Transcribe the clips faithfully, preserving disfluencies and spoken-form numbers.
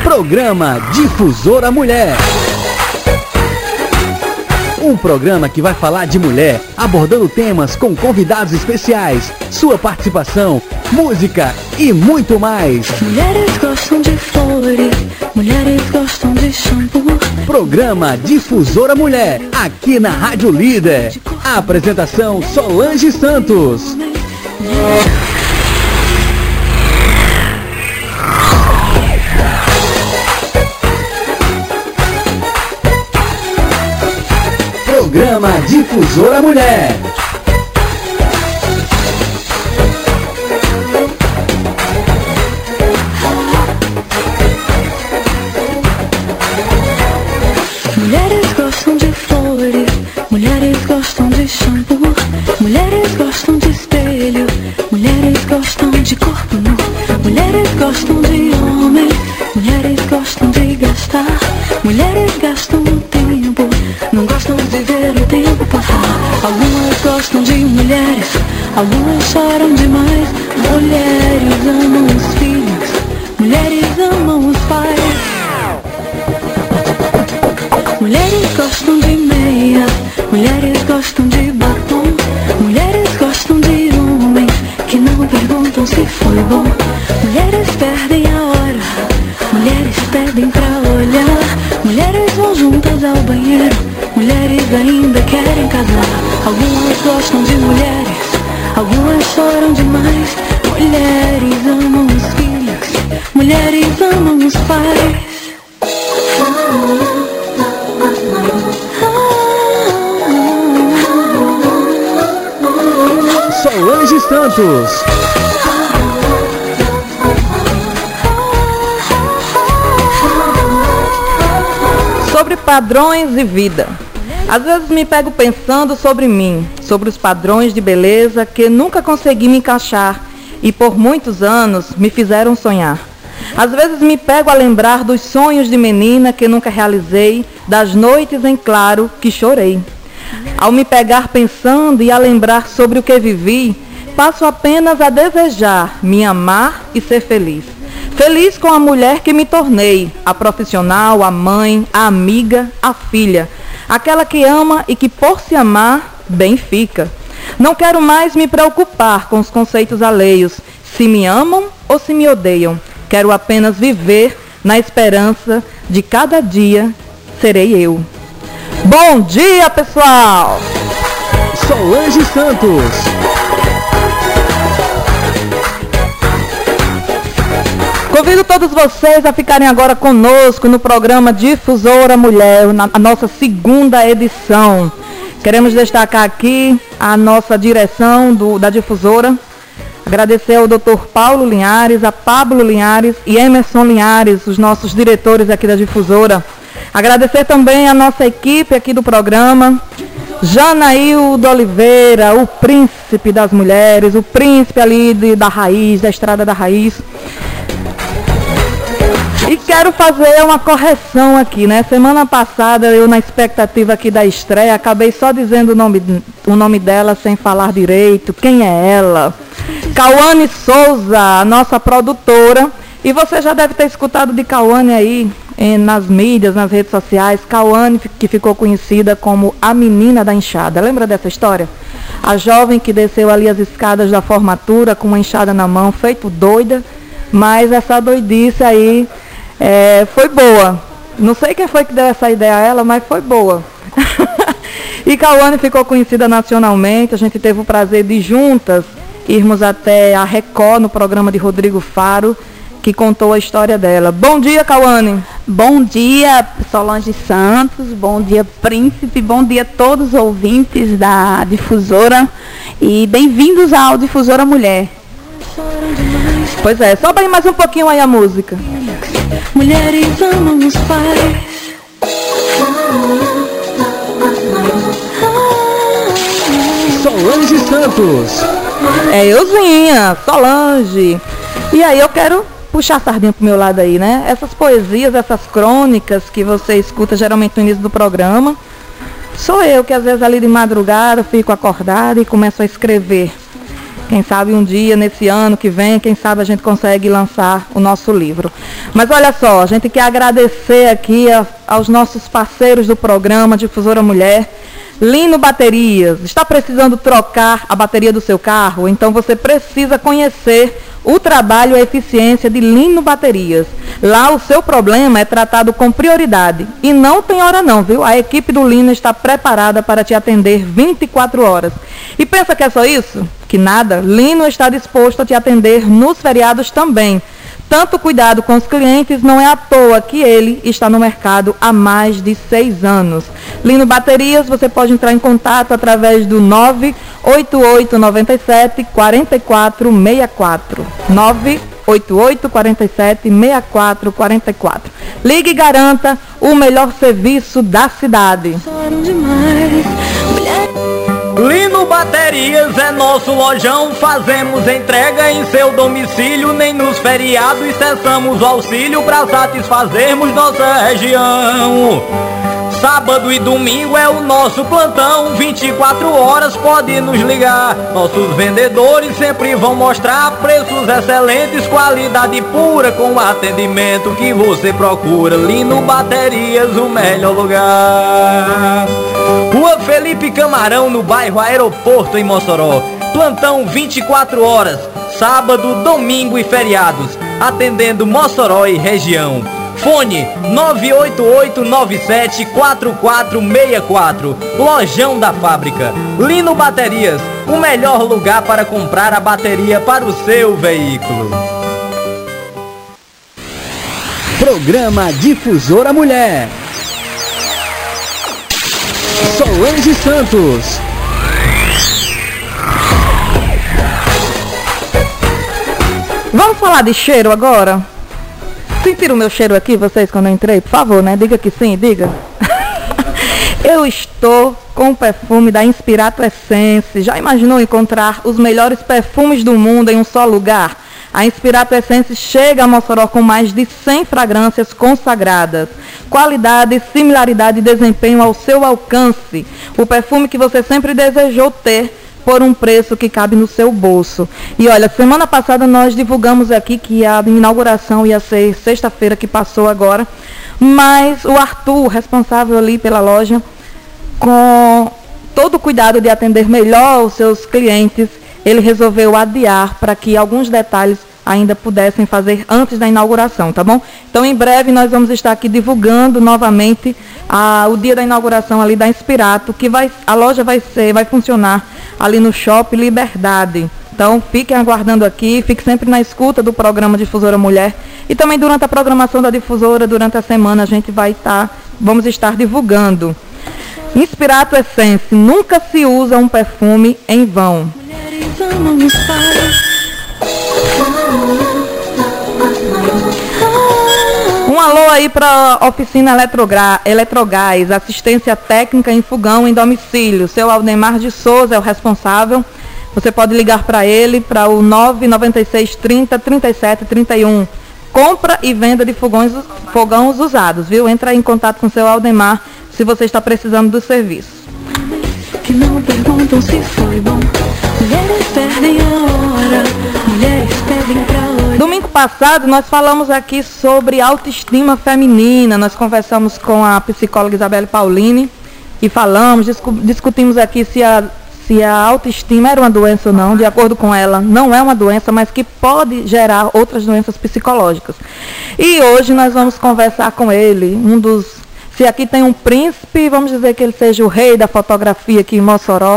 Programa Difusora Mulher. Um programa que vai falar de mulher, abordando temas com convidados especiais, sua participação, música e muito mais. Mulheres gostam de flores, mulheres gostam de shampoo. Programa Difusora Mulher, aqui na Rádio Líder. A apresentação Solange Santos. Programa Difusora Mulher. Mulheres gostam de flores, mulheres gostam de shampoo. Mulheres gostam de espelho, mulheres gostam de corpo nu. Mulheres gostam de homem, mulheres gostam de gastar. Mulheres gastam o tempo, não gostam de ver o tempo passar. Algumas gostam de mulheres, algumas choram demais. Mulheres amam os filhos, mulheres amam os pais. Mulheres gostam de meias, mulheres gostam de batom. Mulheres gostam de homens que não perguntam se foi bom. Mulheres perdem a hora, mulheres pedem pra olhar. Mulheres vão juntas ao banheiro, mulheres ainda querem casar. Algumas gostam de mulheres, algumas choram demais. Mulheres amam os filhos, mulheres amam os pais. Solange Santos. Sobre padrões e vida. Às vezes me pego pensando sobre mim, sobre os padrões de beleza que nunca consegui me encaixar e por muitos anos me fizeram sonhar. Às vezes me pego a lembrar dos sonhos de menina que nunca realizei, das noites em claro que chorei. Ao me pegar pensando e a lembrar sobre o que vivi, passo apenas a desejar me amar e ser feliz. Feliz com a mulher que me tornei, a profissional, a mãe, a amiga, a filha. Aquela que ama e que por se amar, bem fica. Não quero mais me preocupar com os conceitos alheios, se me amam ou se me odeiam. Quero apenas viver na esperança de cada dia serei eu. Bom dia, pessoal! Solange Santos. Convido todos vocês a ficarem agora conosco no programa Difusora Mulher, na nossa segunda edição. Queremos destacar aqui a nossa direção do, da Difusora. Agradecer ao doutor Paulo Linhares, a Pablo Linhares e Emerson Linhares, os nossos diretores aqui da Difusora. Agradecer também a nossa equipe aqui do programa, Janaildo Oliveira, o príncipe das mulheres, o príncipe ali de, da raiz, da estrada da raiz. E quero fazer uma correção aqui, né? Semana passada, eu na expectativa aqui da estreia, acabei só dizendo o nome, o nome dela sem falar direito. Quem é ela? Cauane Souza, a nossa produtora. E você já deve ter escutado de Cauane aí em, nas mídias, nas redes sociais. Cauane, que ficou conhecida como a menina da enxada. Lembra dessa história? A jovem que desceu ali as escadas da formatura com uma enxada na mão, feito doida. Mas essa doidice aí é, foi boa. Não sei quem foi que deu essa ideia a ela, mas foi boa. E Cauane ficou conhecida nacionalmente. A gente teve o prazer de juntas irmos até a Record no programa de Rodrigo Faro, que contou a história dela. Bom dia, Cauane. Bom dia, Solange Santos. Bom dia, Príncipe. Bom dia a todos os ouvintes da Difusora. E bem-vindos ao Difusora Mulher. Pois é, sobe aí mais um pouquinho aí a música. Mulheres amam os pais. Solange Santos. É euzinha, Solange. E aí eu quero puxar a sardinha pro meu lado aí, né? Essas poesias, essas crônicas que você escuta geralmente no início do programa, sou eu que às vezes ali de madrugada fico acordada e começo a escrever. Quem sabe um dia, nesse ano que vem, quem sabe a gente consegue lançar o nosso livro. Mas olha só, a gente quer agradecer aqui a, aos nossos parceiros do programa Difusora Mulher. Lino Baterias, está precisando trocar a bateria do seu carro? Então você precisa conhecer o trabalho e a eficiência de Lino Baterias. Lá o seu problema é tratado com prioridade e não tem hora não, viu? A equipe do Lino está preparada para te atender vinte e quatro horas. E pensa que é só isso? Que nada, Lino está disposto a te atender nos feriados também. Tanto cuidado com os clientes, não é à toa que ele está no mercado há mais de seis anos. Lino Baterias, você pode entrar em contato através do nove oito oito nove sete quatro quatro seis quatro. nove oito oito quatro sete seis quatro quatro quatro. Ligue e garanta o melhor serviço da cidade. Lino Baterias é nosso lojão, fazemos entrega em seu domicílio, nem nos feriados cessamos o auxílio para satisfazermos nossa região. Sábado e domingo é o nosso plantão, vinte e quatro horas pode nos ligar. Nossos vendedores sempre vão mostrar preços excelentes, qualidade pura com o atendimento que você procura. Lino Baterias, o melhor lugar. Rua Felipe Camarão, no bairro Aeroporto, em Mossoró. Plantão vinte e quatro horas, sábado, domingo e feriados, atendendo Mossoró e região. Fone nove oito oito nove sete quatro quatro seis quatro. Lojão da Fábrica. Lino Baterias, o melhor lugar para comprar a bateria para o seu veículo. Programa Difusora Mulher. Solange Santos. Vamos falar de cheiro agora? Sentiram o meu cheiro aqui, vocês, quando eu entrei? Por favor, né? Diga que sim, diga. Eu estou com o perfume da Inspirato Essence. Já imaginou encontrar os melhores perfumes do mundo em um só lugar? A Inspirato Essence chega a Mossoró com mais de cem fragrâncias consagradas. Qualidade, similaridade e desempenho ao seu alcance. O perfume que você sempre desejou ter, por um preço que cabe no seu bolso. E olha, semana passada nós divulgamos aqui que a inauguração ia ser sexta-feira que passou agora, mas o Arthur, responsável ali pela loja, com todo o cuidado de atender melhor os seus clientes, ele resolveu adiar para que alguns detalhes ainda pudessem fazer antes da inauguração, tá bom? Então, em breve, nós vamos estar aqui divulgando novamente a, o dia da inauguração ali da Inspirato, que vai, a loja vai ser, vai funcionar ali no Shopping Liberdade. Então, fiquem aguardando aqui, fique sempre na escuta do programa Difusora Mulher. E também durante a programação da Difusora, durante a semana, a gente vai estar, vamos estar divulgando. Inspirato Essence, nunca se usa um perfume em vão. Um alô aí para a oficina Eletrogra- Eletrogás, assistência técnica em fogão em domicílio. Seu Aldemar de Souza é o responsável. Você pode ligar para ele para o nove nove seis trinta, trinta e sete trinta e um. Compra e venda de fogões, fogões usados, viu? Entra aí em contato com o seu Aldemar se você está precisando do serviço. Que não perguntam se foi bom. Mulheres perdem a hora, mulheres perdem pra hoje. Domingo passado nós falamos aqui sobre autoestima feminina. Nós conversamos com a psicóloga Isabelle Paulini e falamos, discu- discutimos aqui se a, se a autoestima era uma doença ou não. De acordo com ela, não é uma doença, mas que pode gerar outras doenças psicológicas. E hoje nós vamos conversar com ele, um dos... Se aqui tem um príncipe, vamos dizer que ele seja o rei da fotografia aqui em Mossoró.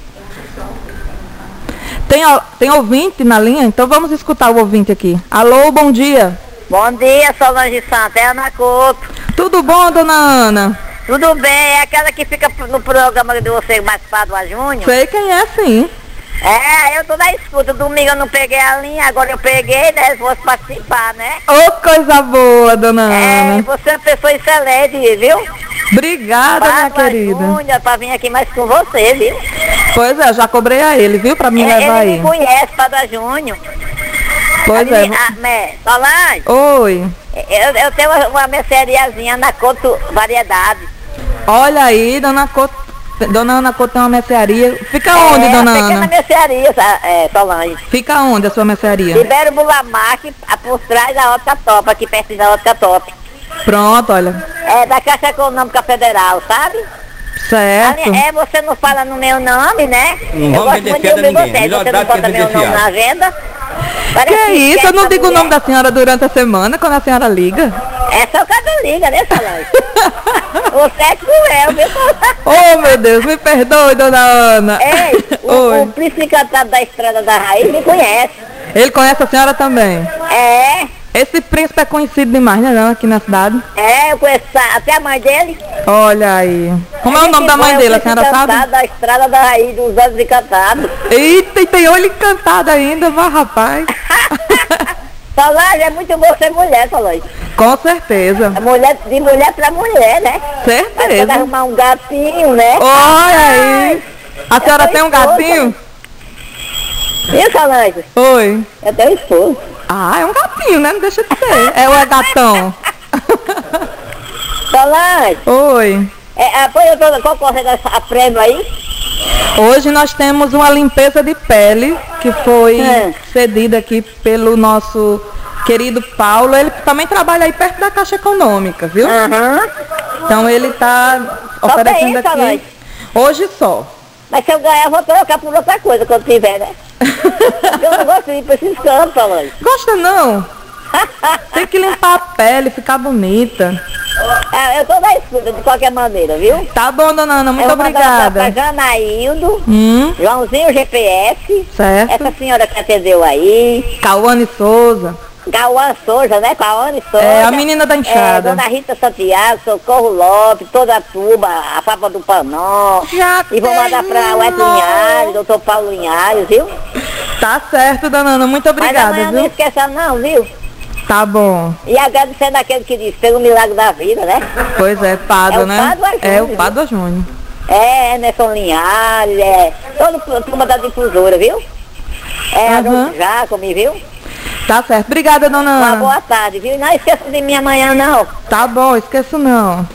Tem, tem ouvinte na linha? Então vamos escutar o ouvinte aqui. Alô, bom dia. Bom dia, Solange Santos, é Ana Couto. Tudo bom, dona Ana? Tudo bem, é aquela que fica no programa de você mais Padua Júnior? Sei quem é, sim. É, eu tô na escuta, domingo eu não peguei a linha, agora eu peguei, né, se fosse participar, né? Ô, oh, coisa boa, dona É, Ana. você é uma pessoa excelente, viu? Obrigada, minha querida. Júnior, pra vir aqui mais com você, viu? Pois é, já cobrei a ele, viu, pra me é, levar ele aí. me conhece, Padua Júnior. Pois a é. Minha, a, me, Solange, Oi. eu, eu tenho uma, uma merceariazinha na Couto Variedade. Olha aí, dona Couto. Dona Ana Couto tem uma mercearia. Fica onde, é, dona pequena Ana? mercearia, é, Solange. Fica onde a sua mercearia? Libero Bulamac, por trás da Ótica Top, aqui perto da Ótica Top. Pronto, olha. É, da Caixa Econômica Federal, sabe? Certo. Ali, é, você não fala no meu nome, né? Não eu vamos gosto vender muito de fiado a ouvir ninguém. vocês. Melhor Você não dado que bota meu vender nome fiado. na agenda. Que Parece isso? Eu não essa digo o mulher- nome da senhora durante a semana, quando a senhora liga. É só cada liga, né, Solange? Você é cruel, viu, Solange? Oh, meu Deus, me perdoe, dona Ana. Ei, o, Oi. o príncipe encantado da Estrada da Raiz me conhece. Ele conhece a senhora também. É, Esse príncipe é conhecido demais, né, não, aqui na cidade? é, eu conheço a- até a mãe dele. Olha aí. Como é o nome da mãe dele, a senhora sabe? sabe? Da Estrada da Raiz, dos olhos encantados. Eita, e tem olho encantado ainda, mas rapaz. Solange, é muito bom ser mulher, Solange. Com certeza. É mulher, de mulher pra mulher, né? Mas Certeza. quando arrumar um gatinho, né? Olha aí. A senhora Eu tô tem um esposa. gatinho? Viu, Solange? Oi. Eu tenho esposo. Ah, é um gatinho, né? Não deixa de ser. É o é gatão. Solange, Oi. é, é, põe eu tô concorrendo a prêmio aí. Hoje nós temos uma limpeza de pele que foi É. cedida aqui pelo nosso querido Paulo. Ele também trabalha aí perto da Caixa Econômica, viu? Aham. Então ele está Só oferecendo tem isso, aqui. Solange? Hoje só. Mas se eu ganhar, eu vou trocar por outra coisa quando tiver, né? Porque eu não gosto de ir pra esses cantos, Solange. Gosta não? Tem que limpar a pele, ficar bonita. É, eu tô na escuta de qualquer maneira, viu? Tá bom, dona Ana, muito eu vou mandar pra obrigada. Janaildo, Hum, Joãozinho G P S, certo. essa senhora que atendeu aí, Cauane Souza. Gauã Souza, né? Cauane Souza. É, a menina da enxada. É, Dona Rita Santiago, Socorro Lopes, toda a tuba, a Papa do Panó. Já E vou mandar pra Wesley Linhares, doutor Paulo Linhares, viu? Tá certo, dona Ana, muito Mas obrigada, amanhã não viu? esqueça não, viu? Tá bom. E agradecendo aquele que disse, pelo milagre da vida, né? Pois é, Pádua, É o né? Pádua Júnior, É o viu? Pádua Júnior. É, Emerson Linhares, é, toda a turma da difusora, viu? É, Aham. Adolfo Jacome, viu? Tá certo. Obrigada, dona Uma Ana. boa tarde, viu? E não esqueça de mim amanhã, não. Tá bom, esqueço não.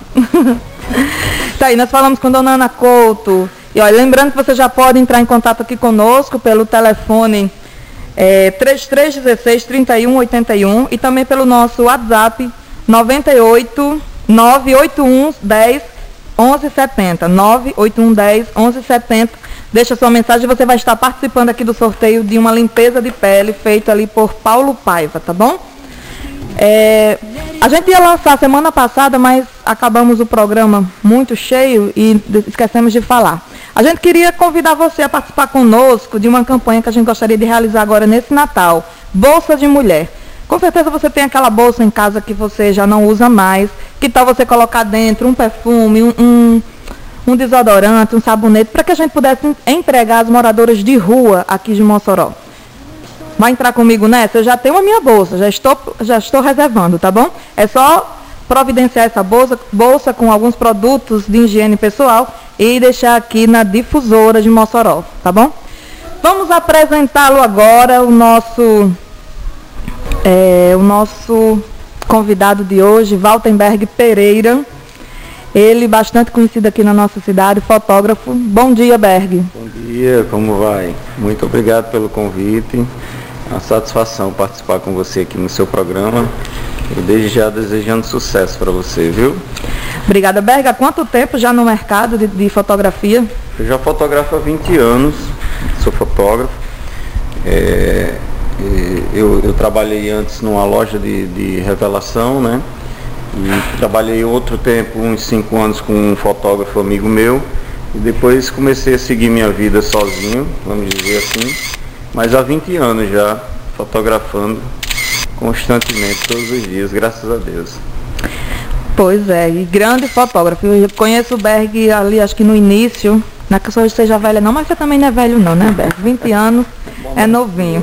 Tá aí, nós falamos com dona Ana Couto. E olha, lembrando que você já pode entrar em contato aqui conosco pelo telefone é, três três um seis, três um oito um e também pelo nosso WhatsApp nove oito nove oito um um zero um um sete zero, nove oito um um zero um um sete zero. Deixa sua mensagem e você vai estar participando aqui do sorteio de uma limpeza de pele feita ali por Paulo Paiva, tá bom? É, a gente ia lançar semana passada, mas acabamos o programa muito cheio e de- esquecemos de falar. A gente queria convidar você a participar conosco de uma campanha que a gente gostaria de realizar agora nesse Natal. Bolsa de Mulher. Com certeza você tem aquela bolsa em casa que você já não usa mais. Que tal você colocar dentro um perfume, um, um, um desodorante, um sabonete, para que a gente pudesse entregar às moradoras de rua aqui de Mossoró? Vai entrar comigo nessa? Eu já tenho a minha bolsa, já estou, já estou reservando, tá bom? É só providenciar essa bolsa, bolsa com alguns produtos de higiene pessoal e deixar aqui na difusora de Mossoró, tá bom? Vamos apresentá-lo agora, o nosso, é, o nosso convidado de hoje, Waltenberg Pereira. Ele bastante conhecido aqui na nossa cidade, fotógrafo. Bom dia, Berg. Bom dia, como vai? Muito obrigado pelo convite. É uma satisfação participar com você aqui no seu programa. E desde já desejando sucesso para você, viu? Obrigada, Berg. Há quanto tempo já no mercado de, de fotografia? Eu já fotografo há vinte anos, sou fotógrafo. É, e eu, eu trabalhei antes numa loja de, de revelação, né? E trabalhei outro tempo, uns cinco anos, com um fotógrafo amigo meu. E depois comecei a seguir minha vida sozinho, vamos dizer assim. Mas há vinte anos já, fotografando constantemente, todos os dias, graças a Deus. Pois é, e grande fotógrafo. Eu conheço o Berg ali, acho que no início. Não é que eu seja velha não, mas você também não é velho não, né, Berg? vinte anos é novinho.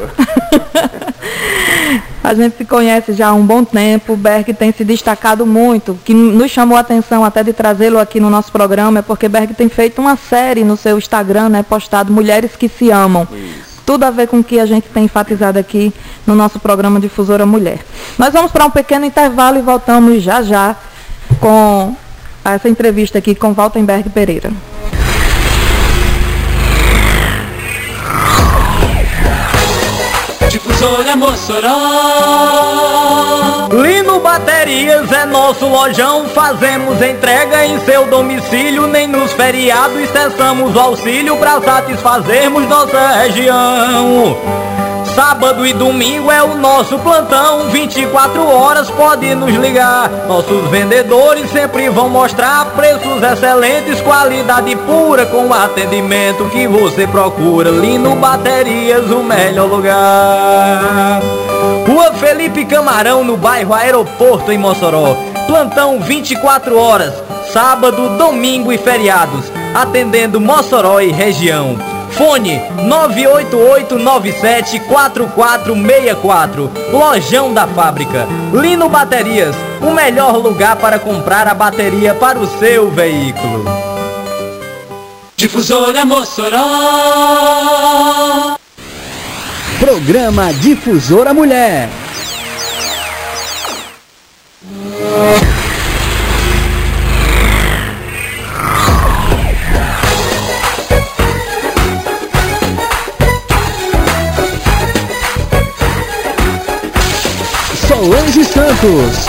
A gente se conhece já há um bom tempo. O Berg tem se destacado muito. O que nos chamou a atenção até de trazê-lo aqui no nosso programa é porque Berg tem feito uma série no seu Instagram, né, postado Mulheres que se Amam. Isso. Tudo a ver com o que a gente tem enfatizado aqui no nosso programa Difusora Mulher. Nós vamos para um pequeno intervalo e voltamos já já com essa entrevista aqui com Waltenberg Pereira. Difusora Mossoró. Lino Baterias é nosso lojão, fazemos entrega em seu domicílio, nem nos feriados cessamos o auxílio para satisfazermos nossa região. Sábado e domingo é o nosso plantão, vinte e quatro horas pode nos ligar. Nossos vendedores sempre vão mostrar preços excelentes, qualidade pura com o atendimento que você procura. Lino Baterias, o melhor lugar. Rua Felipe Camarão, no bairro Aeroporto, em Mossoró. Plantão vinte e quatro horas, sábado, domingo e feriados, atendendo Mossoró e região. Fone nove oito oito nove sete quatro quatro seis quatro. Lojão da Fábrica. Lino Baterias, o melhor lugar para comprar a bateria para o seu veículo. Difusora Mossoró. Programa Difusora Mulher. Solange Santos.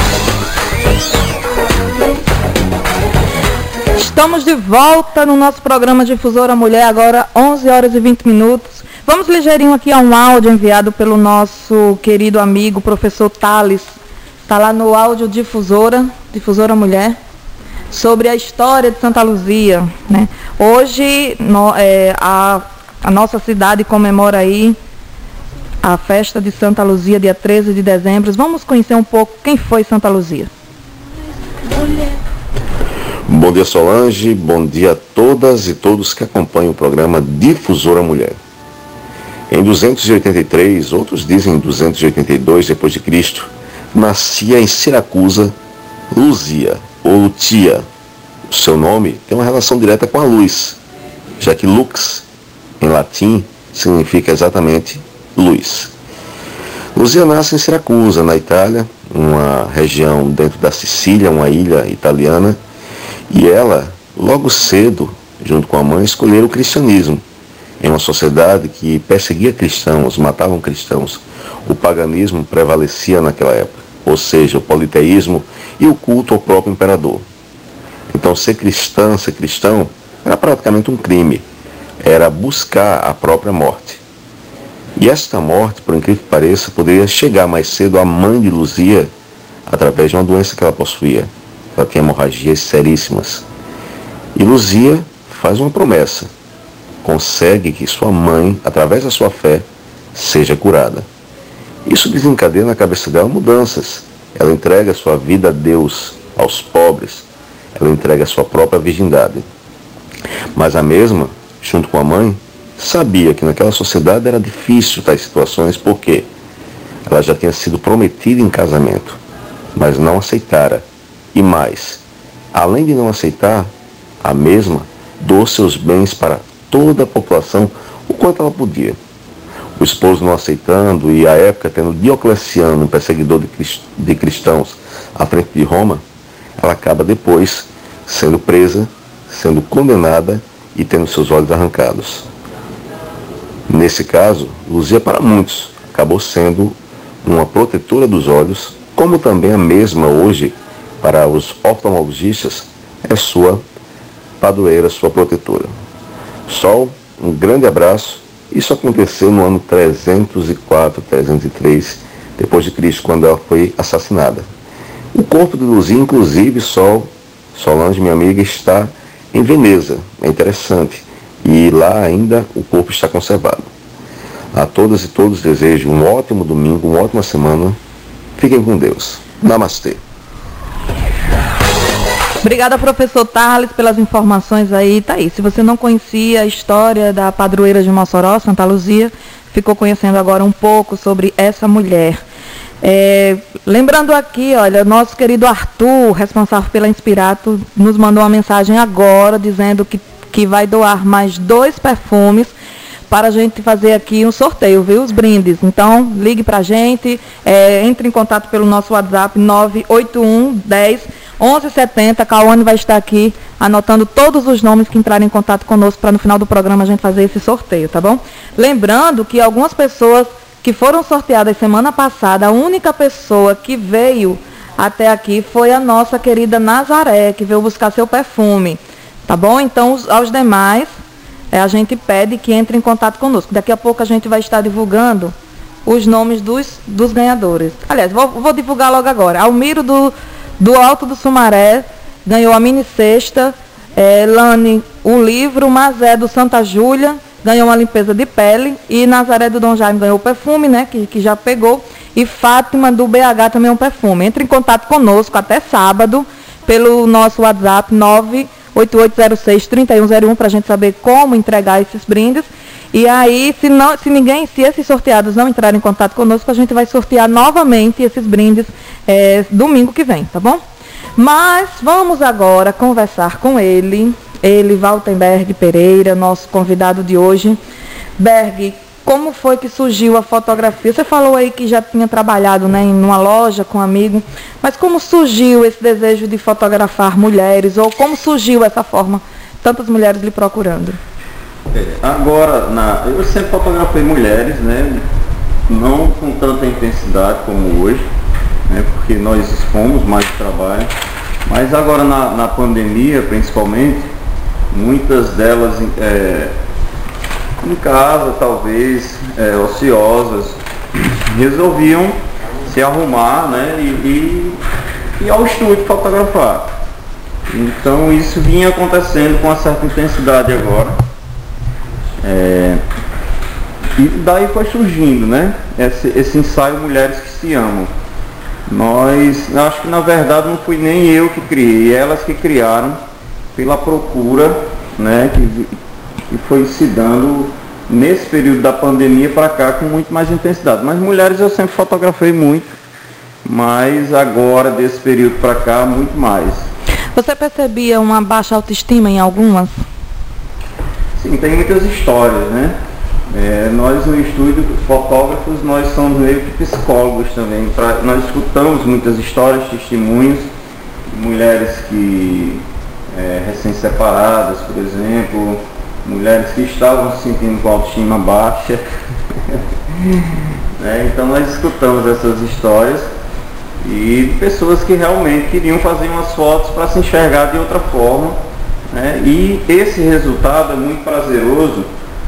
Estamos de volta no nosso programa Difusora Mulher, agora onze horas e vinte minutos. Vamos ligeirinho aqui a um áudio enviado pelo nosso querido amigo, professor Thales. Está lá no áudio Difusora, Difusora Mulher, sobre a história de Santa Luzia, né? Hoje no, é, a, a nossa cidade comemora aí a festa de Santa Luzia, dia treze de dezembro. Vamos conhecer um pouco quem foi Santa Luzia. Bom dia, Solange. Bom dia a todas e todos que acompanham o programa Difusora Mulher. Em duzentos e oitenta e três, outros dizem duzentos e oitenta e dois depois de Cristo, nascia em Siracusa Luzia, ou Lutia. O seu nome tem uma relação direta com a luz, já que lux, em latim, significa exatamente luz. Luzia nasce em Siracusa, na Itália, uma região dentro da Sicília, uma ilha italiana, e ela, logo cedo, junto com a mãe, escolheram o cristianismo, em uma sociedade que perseguia cristãos, matavam cristãos. O paganismo prevalecia naquela época, ou seja, o politeísmo e o culto ao próprio imperador. Então, ser cristã, ser cristão, era praticamente um crime, era buscar a própria morte. E esta morte, por incrível que pareça, poderia chegar mais cedo à mãe de Luzia, através de uma doença que ela possuía. Ela tinha hemorragias seríssimas. E Luzia faz uma promessa. Consegue que sua mãe, através da sua fé, seja curada. Isso desencadeia na cabeça dela mudanças. Ela entrega sua vida a Deus, aos pobres. Ela entrega a sua própria virgindade. Mas a mesma, junto com a mãe, sabia que naquela sociedade era difícil tais situações, porque ela já tinha sido prometida em casamento, mas não aceitara. E mais, além de não aceitar, a mesma doou seus bens para toda a população o quanto ela podia. O esposo não aceitando, e à época tendo Diocleciano, um perseguidor de, crist... de cristãos, à frente de Roma, ela acaba depois sendo presa, sendo condenada e tendo seus olhos arrancados. Nesse caso, Luzia, para muitos, acabou sendo uma protetora dos olhos, como também a mesma hoje, para os oftalmologistas, é sua padroeira, sua protetora. Sol, um grande abraço. Isso aconteceu no ano trezentos e quatro, trezentos e três depois de Cristo, quando ela foi assassinada. O corpo de Luzia, inclusive, Sol, Solange, minha amiga, está em Veneza. É interessante. E lá ainda o corpo está conservado. A todas e todos desejo um ótimo domingo, uma ótima semana. Fiquem com Deus. Namastê. Obrigada, professor Thales, pelas informações aí. Tá aí. Se você não conhecia a história da padroeira de Mossoró, Santa Luzia, ficou conhecendo agora um pouco sobre essa mulher. É, lembrando aqui, olha, nosso querido Arthur, responsável pela Inspirato, nos mandou uma mensagem agora dizendo que, que vai doar mais dois perfumes para a gente fazer aqui um sorteio, viu? Os brindes. Então, ligue para a gente, é, entre em contato pelo nosso WhatsApp nove oito um, dez, onze setenta. Cauane vai estar aqui anotando todos os nomes que entrarem em contato conosco para no final do programa a gente fazer esse sorteio, tá bom? Lembrando que algumas pessoas que foram sorteadas semana passada, a única pessoa que veio até aqui foi a nossa querida Nazaré, que veio buscar seu perfume. Tá bom? Então, os, aos demais, é, a gente pede que entre em contato conosco. Daqui a pouco a gente vai estar divulgando os nomes dos, dos ganhadores. Aliás, vou, vou divulgar logo agora. Almiro do, do Alto do Sumaré ganhou a mini cesta. É, Lani, o livro. Mazé do Santa Júlia ganhou uma limpeza de pele. E Nazaré do Dom Jaime ganhou o perfume, né? Que, que já pegou. E Fátima do B H também um perfume. Entre em contato conosco até sábado pelo nosso WhatsApp nove oito oito zero seis, três um zero um para a gente saber como entregar esses brindes. E aí, se, não, se ninguém, se esses sorteados não entrarem em contato conosco, a gente vai sortear novamente esses brindes é, domingo que vem, tá bom? Mas vamos agora conversar com ele, ele, Waltenberg Pereira, nosso convidado de hoje. Berg, como foi que surgiu a fotografia? Você falou aí que já tinha trabalhado, né, em uma loja com um amigo, mas como surgiu esse desejo de fotografar mulheres, ou como surgiu essa forma, tantas mulheres lhe procurando? É, agora, na, eu sempre fotografei mulheres, né, não com tanta intensidade como hoje, né, porque nós expomos mais o trabalho, mas agora na, na pandemia, principalmente, muitas delas... É, em casa, talvez, é, ociosas, resolviam se arrumar, né, e, e, e ao estúdio fotografar. Então isso vinha acontecendo com uma certa intensidade agora. É, e daí foi surgindo, né, esse, esse ensaio Mulheres que se Amam. Nós, acho que na verdade não fui nem eu que criei, elas que criaram pela procura, né, que, e foi se dando nesse período da pandemia para cá com muito mais intensidade. Mas mulheres eu sempre fotografei muito, mas agora desse período para cá muito mais. Você percebia uma baixa autoestima em algumas? Sim, tem muitas histórias, né? É, nós no estúdio, fotógrafos, nós somos meio que psicólogos também. Pra, nós escutamos muitas histórias, testemunhos, mulheres que é, recém-separadas, por exemplo, mulheres que estavam se sentindo com autoestima baixa. É, então nós escutamos essas histórias e pessoas que realmente queriam fazer umas fotos para se enxergar de outra forma, né? E esse resultado é muito prazeroso,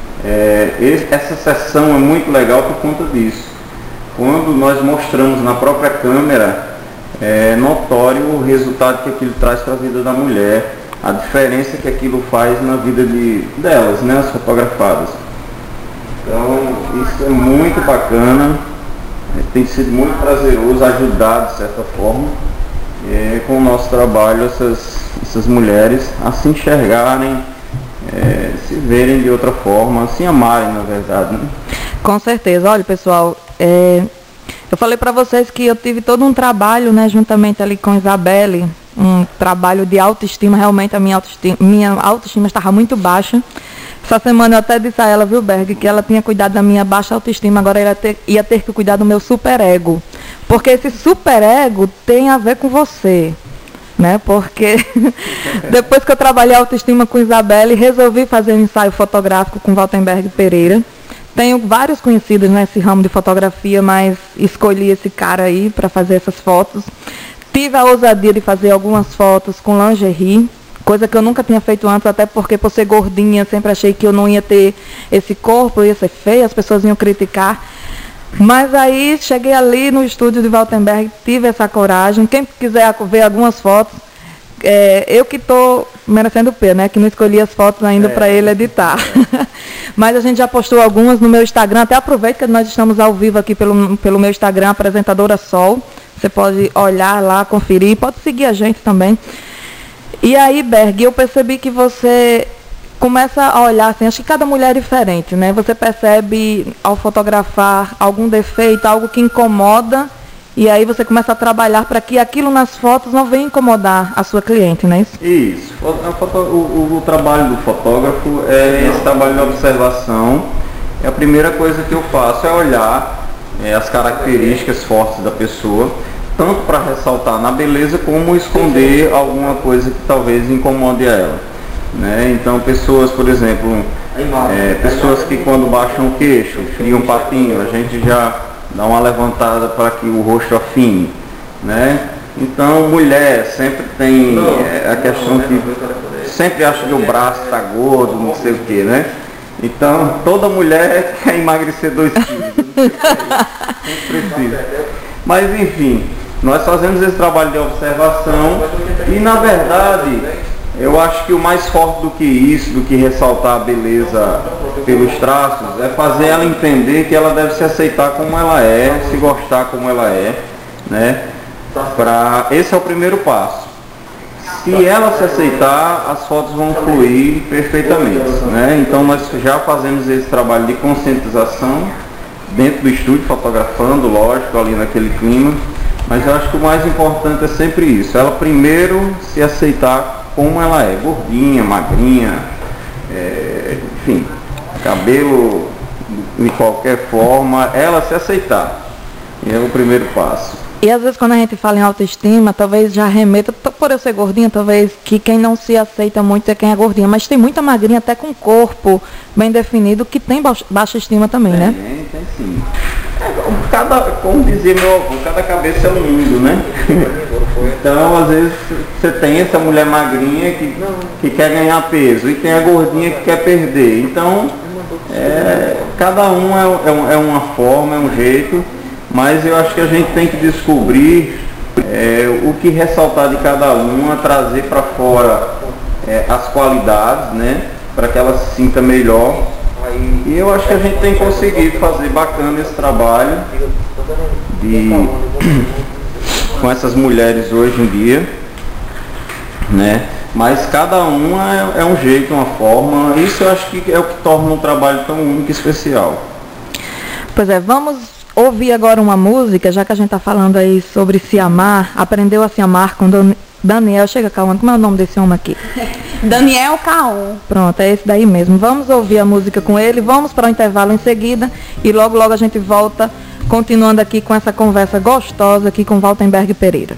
é, esse, essa sessão é muito legal por conta disso. Quando nós mostramos na própria câmera, é notório o resultado que aquilo traz para a vida da mulher, a diferença que aquilo faz na vida de, delas, né, as fotografadas. Então, isso é muito bacana, é, tem sido muito prazeroso ajudar, de certa forma, é, com o nosso trabalho, essas, essas mulheres a se enxergarem, é, se verem de outra forma, a se amarem, na verdade, né? Com certeza. Olha, pessoal, é, eu falei para vocês que eu tive todo um trabalho, né, juntamente ali com Isabelle, um trabalho de autoestima. Realmente a minha autoestima, minha autoestima estava muito baixa. Essa semana eu até disse a ela, viu, Berg, que ela tinha cuidado da minha baixa autoestima, agora ela ia ter, ia ter que cuidar do meu superego. Porque esse superego tem a ver com você, né? Porque depois que eu trabalhei a autoestima com Isabelle, resolvi fazer um ensaio fotográfico com Waltenberg Pereira. Tenho vários conhecidos nesse ramo de fotografia, mas escolhi esse cara aí para fazer essas fotos. Tive a ousadia de fazer algumas fotos com lingerie, coisa que eu nunca tinha feito antes, até porque por ser gordinha, sempre achei que eu não ia ter esse corpo, eu ia ser feia, as pessoas iam criticar. Mas aí cheguei ali no estúdio de Waltenberg, tive essa coragem. Quem quiser ver algumas fotos, é, eu que estou merecendo o P, né? Que não escolhi as fotos ainda é. para ele editar. Mas a gente já postou algumas no meu Instagram, até aproveito que nós estamos ao vivo aqui pelo, pelo meu Instagram, Apresentadora Sol. Você pode olhar lá, conferir, pode seguir a gente também. E aí, Berg, eu percebi que você começa a olhar assim, acho que cada mulher é diferente, né? Você percebe ao fotografar algum defeito, algo que incomoda, e aí você começa a trabalhar para que aquilo nas fotos não venha incomodar a sua cliente, não é isso? Isso. A foto, o, o, o trabalho do fotógrafo é esse trabalho de observação. É a primeira coisa que eu faço é olhar é, as características fortes da pessoa, tanto para ressaltar na beleza como esconder alguma coisa que talvez incomode a ela, né? Então pessoas, por exemplo, É, pessoas que quando baixam o queixo, criam um patinho, a gente já dá uma levantada para que o rosto afine, né? Então, mulher sempre tem é, a questão que sempre acha que o braço está gordo, não sei o que, né? Então, toda mulher quer emagrecer dois quilos, sempre precisa. Mas, enfim, nós fazemos esse trabalho de observação e, na verdade, eu acho que o mais forte do que isso, do que ressaltar a beleza pelos traços, é fazer ela entender que ela deve se aceitar como ela é, se gostar como ela é, né? Pra... Esse é o primeiro passo. Se ela se aceitar, as fotos vão fluir perfeitamente, né? Então nós já fazemos esse trabalho de conscientização dentro do estúdio, fotografando, lógico, ali naquele clima. Mas eu acho que o mais importante é sempre isso, ela primeiro se aceitar como ela é, gordinha, magrinha, é, enfim, cabelo de qualquer forma, ela se aceitar. E é o primeiro passo. E às vezes quando a gente fala em autoestima, talvez já remeta, por eu ser gordinha, talvez que quem não se aceita muito é quem é gordinha, mas tem muita magrinha até com corpo bem definido que tem baixa estima também, tem, né? Tem, tem sim. É, cada, como dizia meu avô, cada cabeça é um mundo, né? Então às vezes você tem essa mulher magrinha que, que quer ganhar peso e tem a gordinha que quer perder. Então é, cada um é, é, é uma forma, é um jeito. Mas eu acho que a gente tem que descobrir é, o que ressaltar de cada uma, trazer para fora é, as qualidades, né, para que ela se sinta melhor. E eu acho que a gente tem conseguido fazer bacana esse trabalho de, com essas mulheres hoje em dia, né? Mas cada uma é, é um jeito, uma forma. Isso eu acho que é o que torna um trabalho tão único e especial. Pois é, vamos ouvir agora uma música, já que a gente está falando aí sobre se amar, aprendeu a se amar com Don... Daniel, chega Cauã, como é o nome desse homem aqui? Daniel Cauã. Pronto, é esse daí mesmo. Vamos ouvir a música com ele, vamos para o intervalo em seguida e logo logo a gente volta, continuando aqui com essa conversa gostosa aqui com Waltenberg Pereira.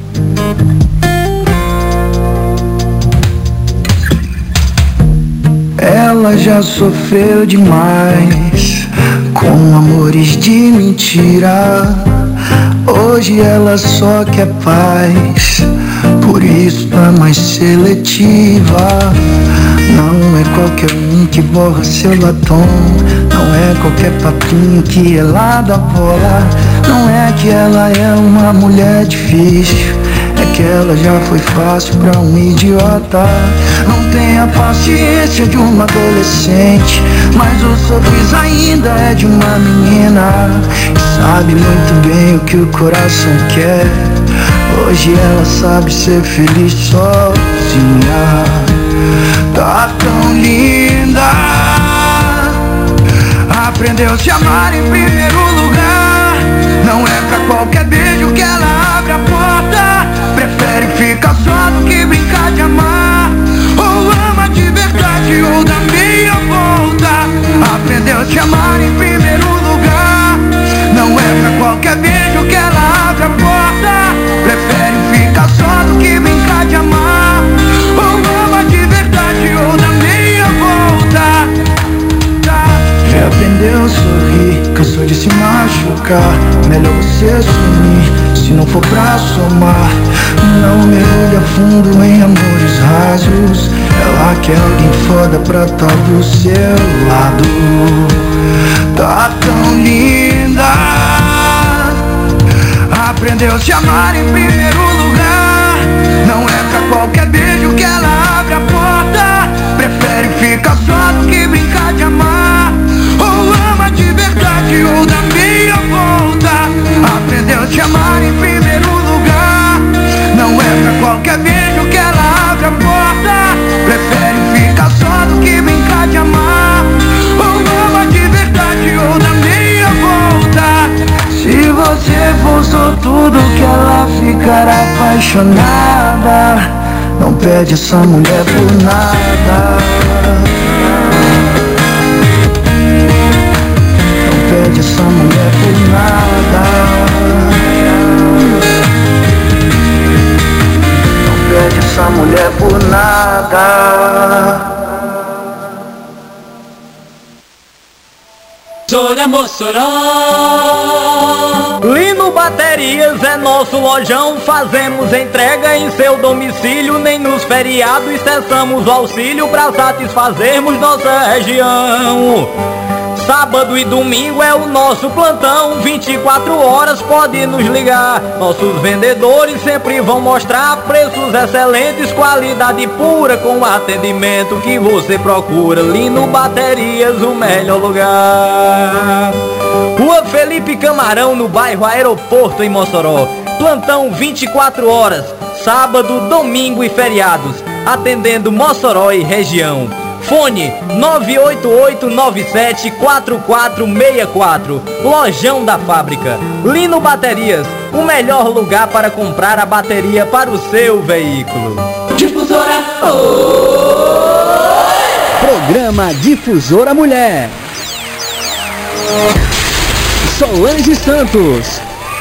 Ela já sofreu demais com amores de mentira. Hoje ela só quer paz, por isso tá mais seletiva. Não é qualquer um que borra seu batom, não é qualquer papinho que ela dá bola. Não é que ela é uma mulher difícil, é que ela já foi fácil pra um idiota. Não tem a paciência de uma adolescente, mas o sorriso ainda é de uma menina que sabe muito bem o que o coração quer. Hoje ela sabe ser feliz sozinha. Tá tão linda, aprendeu a se amar em primeiro lugar. Não é pra qualquer beijo que ela abre a porta, prefere ficar só do que brincar de amar. Ou ama de verdade ou da meia volta, aprendeu a se amar em primeiro lugar. Não é pra qualquer beijo que ela abre a porta, prefere ficar só do que brincar de amar. Ou ama de verdade ou da meia volta. Já aprendeu a sorrir, cansou de se machucar. Melhor você sumir, se não for pra somar. Não mergulha fundo em amores rasos. Ela quer alguém foda pra tá do seu lado. Tá tão linda, aprendeu a se amar em primeiro lugar. Não é pra qualquer beijo que ela abre a porta, prefere ficar só do que brincar de amar. Ou ama de verdade ou da meia volta, aprendeu a se amar em primeiro lugar. Não é pra qualquer beijo que ela abre a porta, prefere ficar só do que brincar de amar. Ou ama de verdade ou da meia volta. Se você for sortudo que ela ficará apaixonada, não perde essa mulher por nada. Perde essa mulher por nada. Não perde essa mulher por nada. Difusora Mossoró. Lino Baterias é nosso lojão, fazemos entrega em seu domicílio, nem nos feriados cessamos o auxílio pra satisfazermos nossa região. Sábado e domingo é o nosso plantão, vinte e quatro horas pode nos ligar. Nossos vendedores sempre vão mostrar preços excelentes, qualidade pura com o atendimento que você procura. Lino Baterias, o melhor lugar. Rua Felipe Camarão, no bairro Aeroporto, em Mossoró. Plantão vinte e quatro horas, sábado, domingo e feriados, atendendo Mossoró e região. Fone nove oito oito nove sete quatro quatro seis quatro. Lojão da Fábrica. Lino Baterias, o melhor lugar para comprar a bateria para o seu veículo. Difusora. Programa Difusora Mulher. Solange Santos.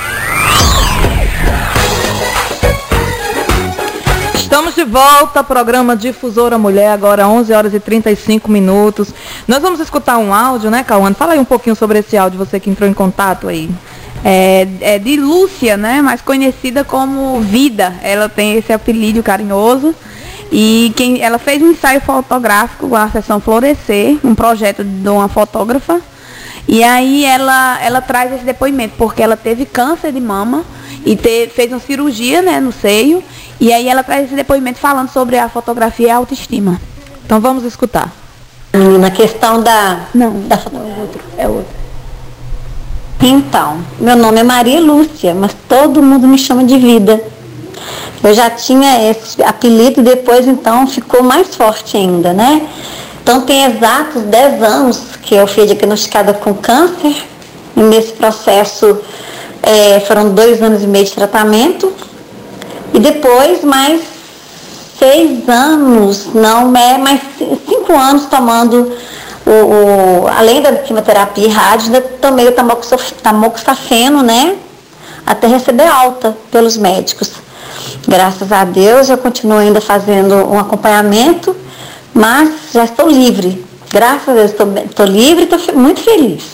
Estamos de volta, programa Difusora Mulher, agora onze horas e trinta e cinco minutos. Nós vamos escutar um áudio, né, Cauane? Fala aí um pouquinho sobre esse áudio, você que entrou em contato aí. É, é de Lúcia, né, mais conhecida como Vida. Ela tem esse apelido carinhoso. E quem, ela fez um ensaio fotográfico com a sessão Florescer, um projeto de uma fotógrafa. E aí ela, ela traz esse depoimento, porque ela teve câncer de mama e te, fez uma cirurgia, né, no seio. E aí ela traz esse depoimento falando sobre a fotografia e a autoestima. Então vamos escutar. Na questão da... Não, da foto... é outro. É outro. Então, meu nome é Maria Lúcia, mas todo mundo me chama de Vida. Eu já tinha esse apelido e depois então ficou mais forte ainda, né? Então tem exatos dez anos que eu fui diagnosticada com câncer. E nesse processo é, foram dois anos e meio de tratamento. E depois mais seis anos, não é, mais cinco anos tomando, o, o, além da quimioterapia e rádio, ainda tomei o tamoxifeno, né? Até receber alta pelos médicos. Graças a Deus eu continuo ainda fazendo um acompanhamento, mas já estou livre. Graças a Deus estou, estou livre e estou muito feliz.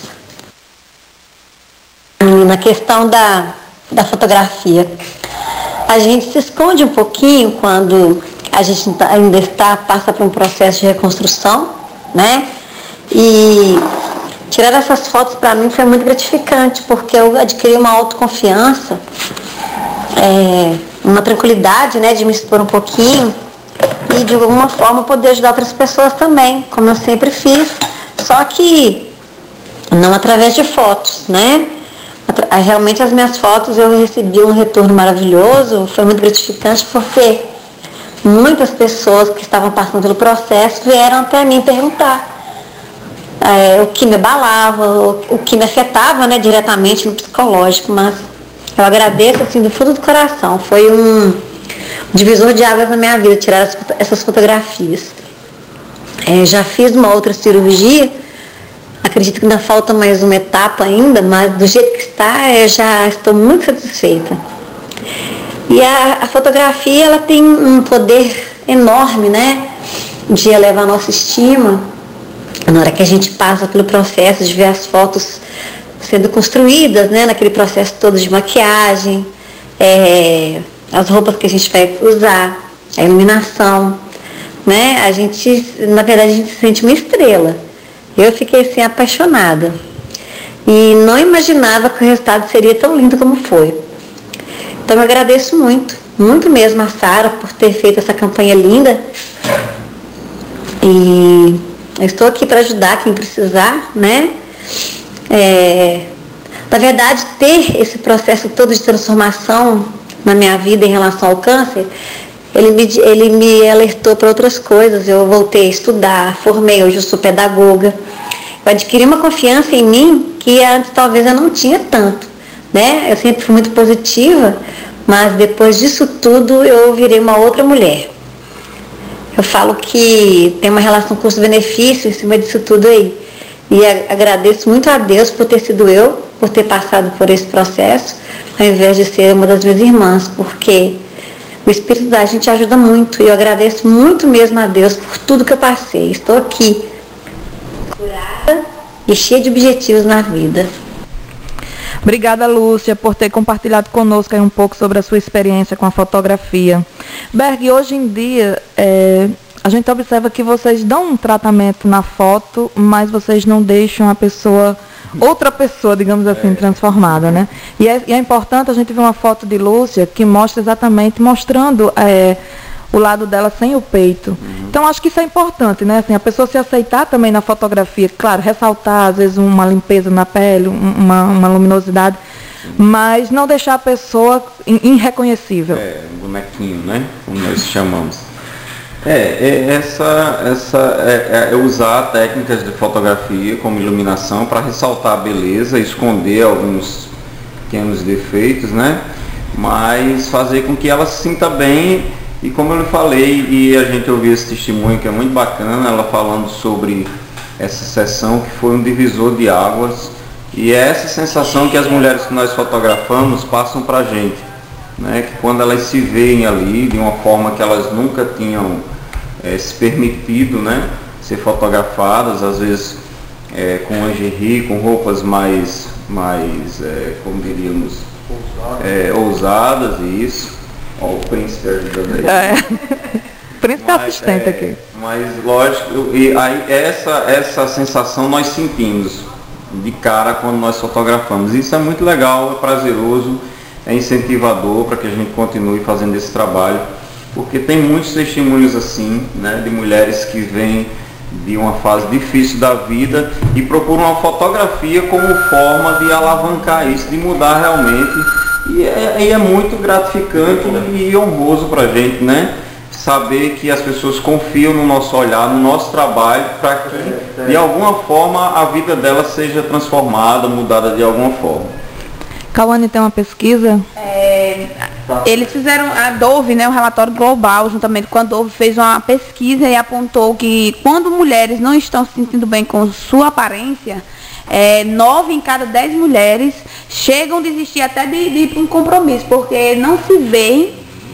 Na questão da, da fotografia, a gente se esconde um pouquinho quando a gente ainda está, passa por um processo de reconstrução, né? E tirar essas fotos para mim foi muito gratificante, porque eu adquiri uma autoconfiança, é, uma tranquilidade, né, de me expor um pouquinho e de alguma forma poder ajudar outras pessoas também, como eu sempre fiz, só que não através de fotos, né? Realmente as minhas fotos eu recebi um retorno maravilhoso, foi muito gratificante porque muitas pessoas que estavam passando pelo processo vieram até mim perguntar é, o que me abalava, o, o que me afetava, né, diretamente no psicológico, mas eu agradeço assim do fundo do coração, foi um divisor de águas na minha vida tirar as, essas fotografias. É, já fiz uma outra cirurgia. Acredito que ainda falta mais uma etapa ainda, mas do jeito que está, eu já estou muito satisfeita. E a, a fotografia, ela tem um poder enorme, né, de elevar a nossa estima. Na hora que a gente passa pelo processo de ver as fotos sendo construídas, né, naquele processo todo de maquiagem, é, as roupas que a gente vai usar, a iluminação, né, a gente, na verdade, a gente se sente uma estrela. Eu fiquei assim apaixonada e não imaginava que o resultado seria tão lindo como foi. Então eu agradeço muito, muito mesmo a Sara por ter feito essa campanha linda. E eu estou aqui para ajudar quem precisar, né? É, na verdade, ter esse processo todo de transformação na minha vida em relação ao câncer, Ele me, ele me alertou para outras coisas. Eu voltei a estudar, formei, hoje eu sou pedagoga. Eu adquiri uma confiança em mim que antes talvez eu não tinha tanto, né? Eu sempre fui muito positiva, mas depois disso tudo eu virei uma outra mulher. Eu falo que tem uma relação custo-benefício em cima disso tudo aí. E agradeço muito a Deus por ter sido eu, por ter passado por esse processo, ao invés de ser uma das minhas irmãs, porque o Espírito da gente ajuda muito. E eu agradeço muito mesmo a Deus por tudo que eu passei. Estou aqui, curada e cheia de objetivos na vida. Obrigada, Lúcia, por ter compartilhado conosco aí um pouco sobre a sua experiência com a fotografia. Berg, hoje em dia, é, a gente observa que vocês dão um tratamento na foto, mas vocês não deixam a pessoa, outra pessoa, digamos assim, transformada, né? E é, e é importante a gente ver uma foto de Lúcia que mostra exatamente, mostrando é, o lado dela sem o peito. Uhum. Então, acho que isso é importante, né? Assim, a pessoa se aceitar também na fotografia, claro, ressaltar, às vezes, uma limpeza na pele, uma, uma luminosidade, uhum. mas não deixar a pessoa irreconhecível. É, um bonequinho, né? Como nós chamamos. É, é, essa, essa, é, é usar técnicas de fotografia como iluminação para ressaltar a beleza, esconder alguns pequenos defeitos, né? Mas fazer com que ela se sinta bem. E como eu lhe falei, e a gente ouviu esse testemunho que é muito bacana, ela falando sobre essa sessão que foi um divisor de águas, e é essa sensação que as mulheres que nós fotografamos passam para a gente, né? Que quando elas se veem ali de uma forma que elas nunca tinham é, se permitido, né, ser fotografadas, às vezes é, com lingerie, com roupas mais, mais é, como diríamos, é, ousadas, e isso. Ó, o príncipe ajudando aí. É. O príncipe mas, assistente é, aqui. Mas lógico, e aí essa, essa sensação nós sentimos de cara quando nós fotografamos. Isso é muito legal, é prazeroso, é incentivador para que a gente continue fazendo esse trabalho, porque tem muitos testemunhos assim, né, de mulheres que vêm de uma fase difícil da vida e procuram a fotografia como forma de alavancar isso, de mudar realmente. E é, e é muito gratificante e honroso para a gente, né? Saber que as pessoas confiam no nosso olhar, no nosso trabalho, para que de alguma forma a vida dela seja transformada, mudada de alguma forma. Cauane, tem uma pesquisa? É, eles fizeram a Dove, né, um relatório global, juntamente com a Dove, fez uma pesquisa e apontou que quando mulheres não estão se sentindo bem com sua aparência, É, nove em cada dez mulheres chegam a desistir até de, de ir para um compromisso, porque não se veem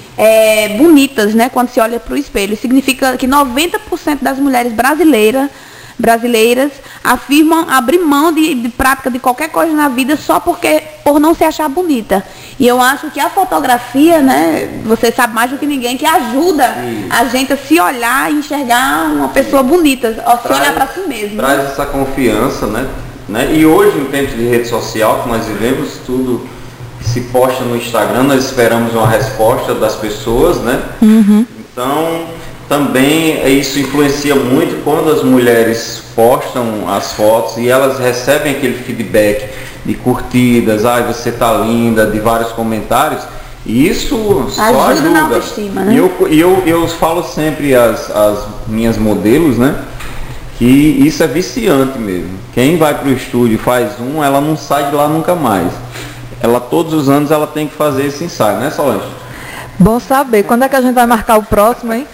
é, bonitas, né, quando se olha para o espelho. Significa que noventa por cento das mulheres brasileiras, brasileiras afirmam abrir mão de, de prática de qualquer coisa na vida só porque, por não se achar bonita. E eu acho que a fotografia, né, você sabe mais do que ninguém, que ajuda Sim. a gente a se olhar e enxergar uma pessoa bonita, a se olhar para si mesmo. Traz essa confiança, né? Né? E hoje, em tempos de rede social que nós vivemos, tudo que se posta no Instagram, nós esperamos uma resposta das pessoas, né? Uhum. Então, também isso influencia muito quando as mulheres postam as fotos e elas recebem aquele feedback de curtidas, ai, ah, você tá linda, de vários comentários, e isso só ajuda. ajuda. Na autoestima, né? E eu, eu, eu falo sempre às, às minhas modelos, né? Que isso é viciante mesmo. Quem vai para o estúdio e faz um, ela não sai de lá nunca mais. Ela, todos os anos, ela tem que fazer esse ensaio, né, Solange? Bom saber. Quando é que a gente vai marcar o próximo, hein?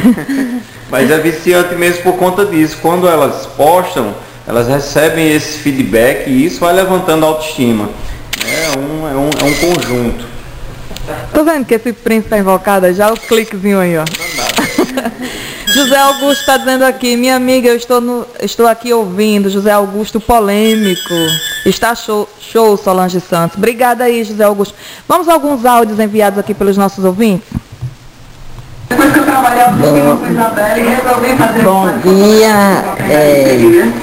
Mas é viciante mesmo por conta disso. Quando elas postam, elas recebem esse feedback e isso vai levantando a autoestima. É um, é um, é um conjunto. Tô vendo que esse príncipe tá invocado já, o cliquezinho aí, ó. Não nada. José Augusto está dizendo aqui, minha amiga, eu estou, no, estou aqui ouvindo, José Augusto polêmico. Está show, show, Solange Santos. Obrigada aí, José Augusto. Vamos a alguns áudios enviados aqui pelos nossos ouvintes? Depois que eu trabalhava com a Isabela e resolvi fazer... Bom dia, é,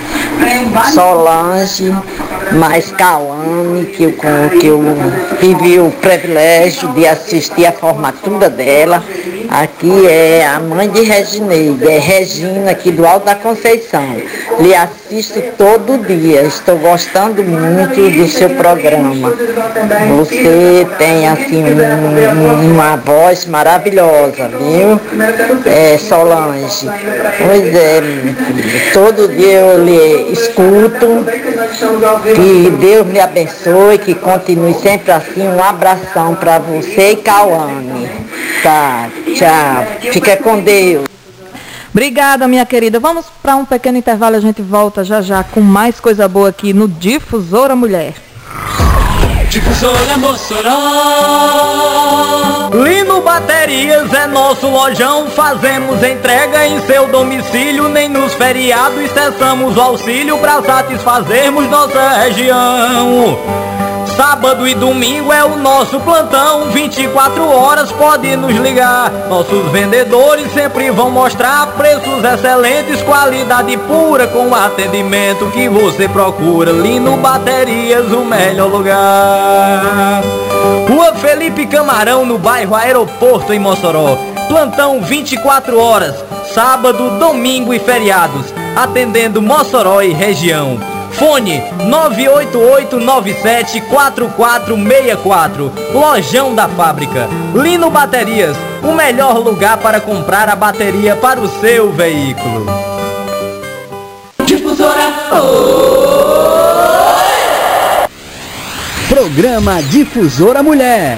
Solange, mais Cauane, que eu, que eu tive o privilégio de assistir a formatura dela. Aqui é a mãe de Regineide, é Regina, aqui do Alto da Conceição. Lhe assisto todo dia, estou gostando muito do seu programa. Você tem, assim, um, uma voz maravilhosa, viu? É, Solange. Pois é, minha filha, todo dia eu lhe escuto. Que Deus me abençoe, que continue sempre assim. Um abração para você e Cauane. Tá, tchau. Fica com Deus. Obrigada, minha querida. Vamos para um pequeno intervalo, a gente volta já já com mais coisa boa aqui no Difusora Mulher. Difusora Mossoró. Lino Lino Baterias é nosso lojão, fazemos entrega em seu domicílio, nem nos feriados cessamos o auxílio pra satisfazermos nossa região. Sábado e domingo é o nosso plantão, vinte e quatro horas pode nos ligar. Nossos vendedores sempre vão mostrar preços excelentes, qualidade pura com atendimento que você procura. Lino Baterias, o melhor lugar. Rua Felipe Camarão, no bairro Aeroporto, em Mossoró. Plantão vinte e quatro horas, sábado, domingo e feriados, atendendo Mossoró e região. Fone nove oito oito nove sete quatro quatro seis quatro. Lojão da Fábrica. Lino Baterias, o melhor lugar para comprar a bateria para o seu veículo. Difusora. Programa Difusora Mulher.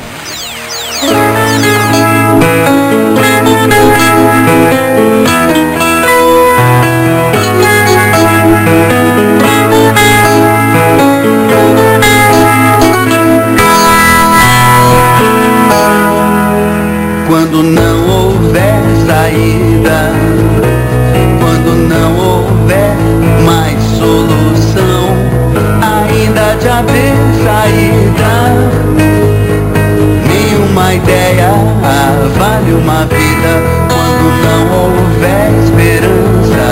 Quando não houver saída, quando não houver mais solução, ainda de haver saída, nenhuma ideia vale uma vida. Quando não houver esperança,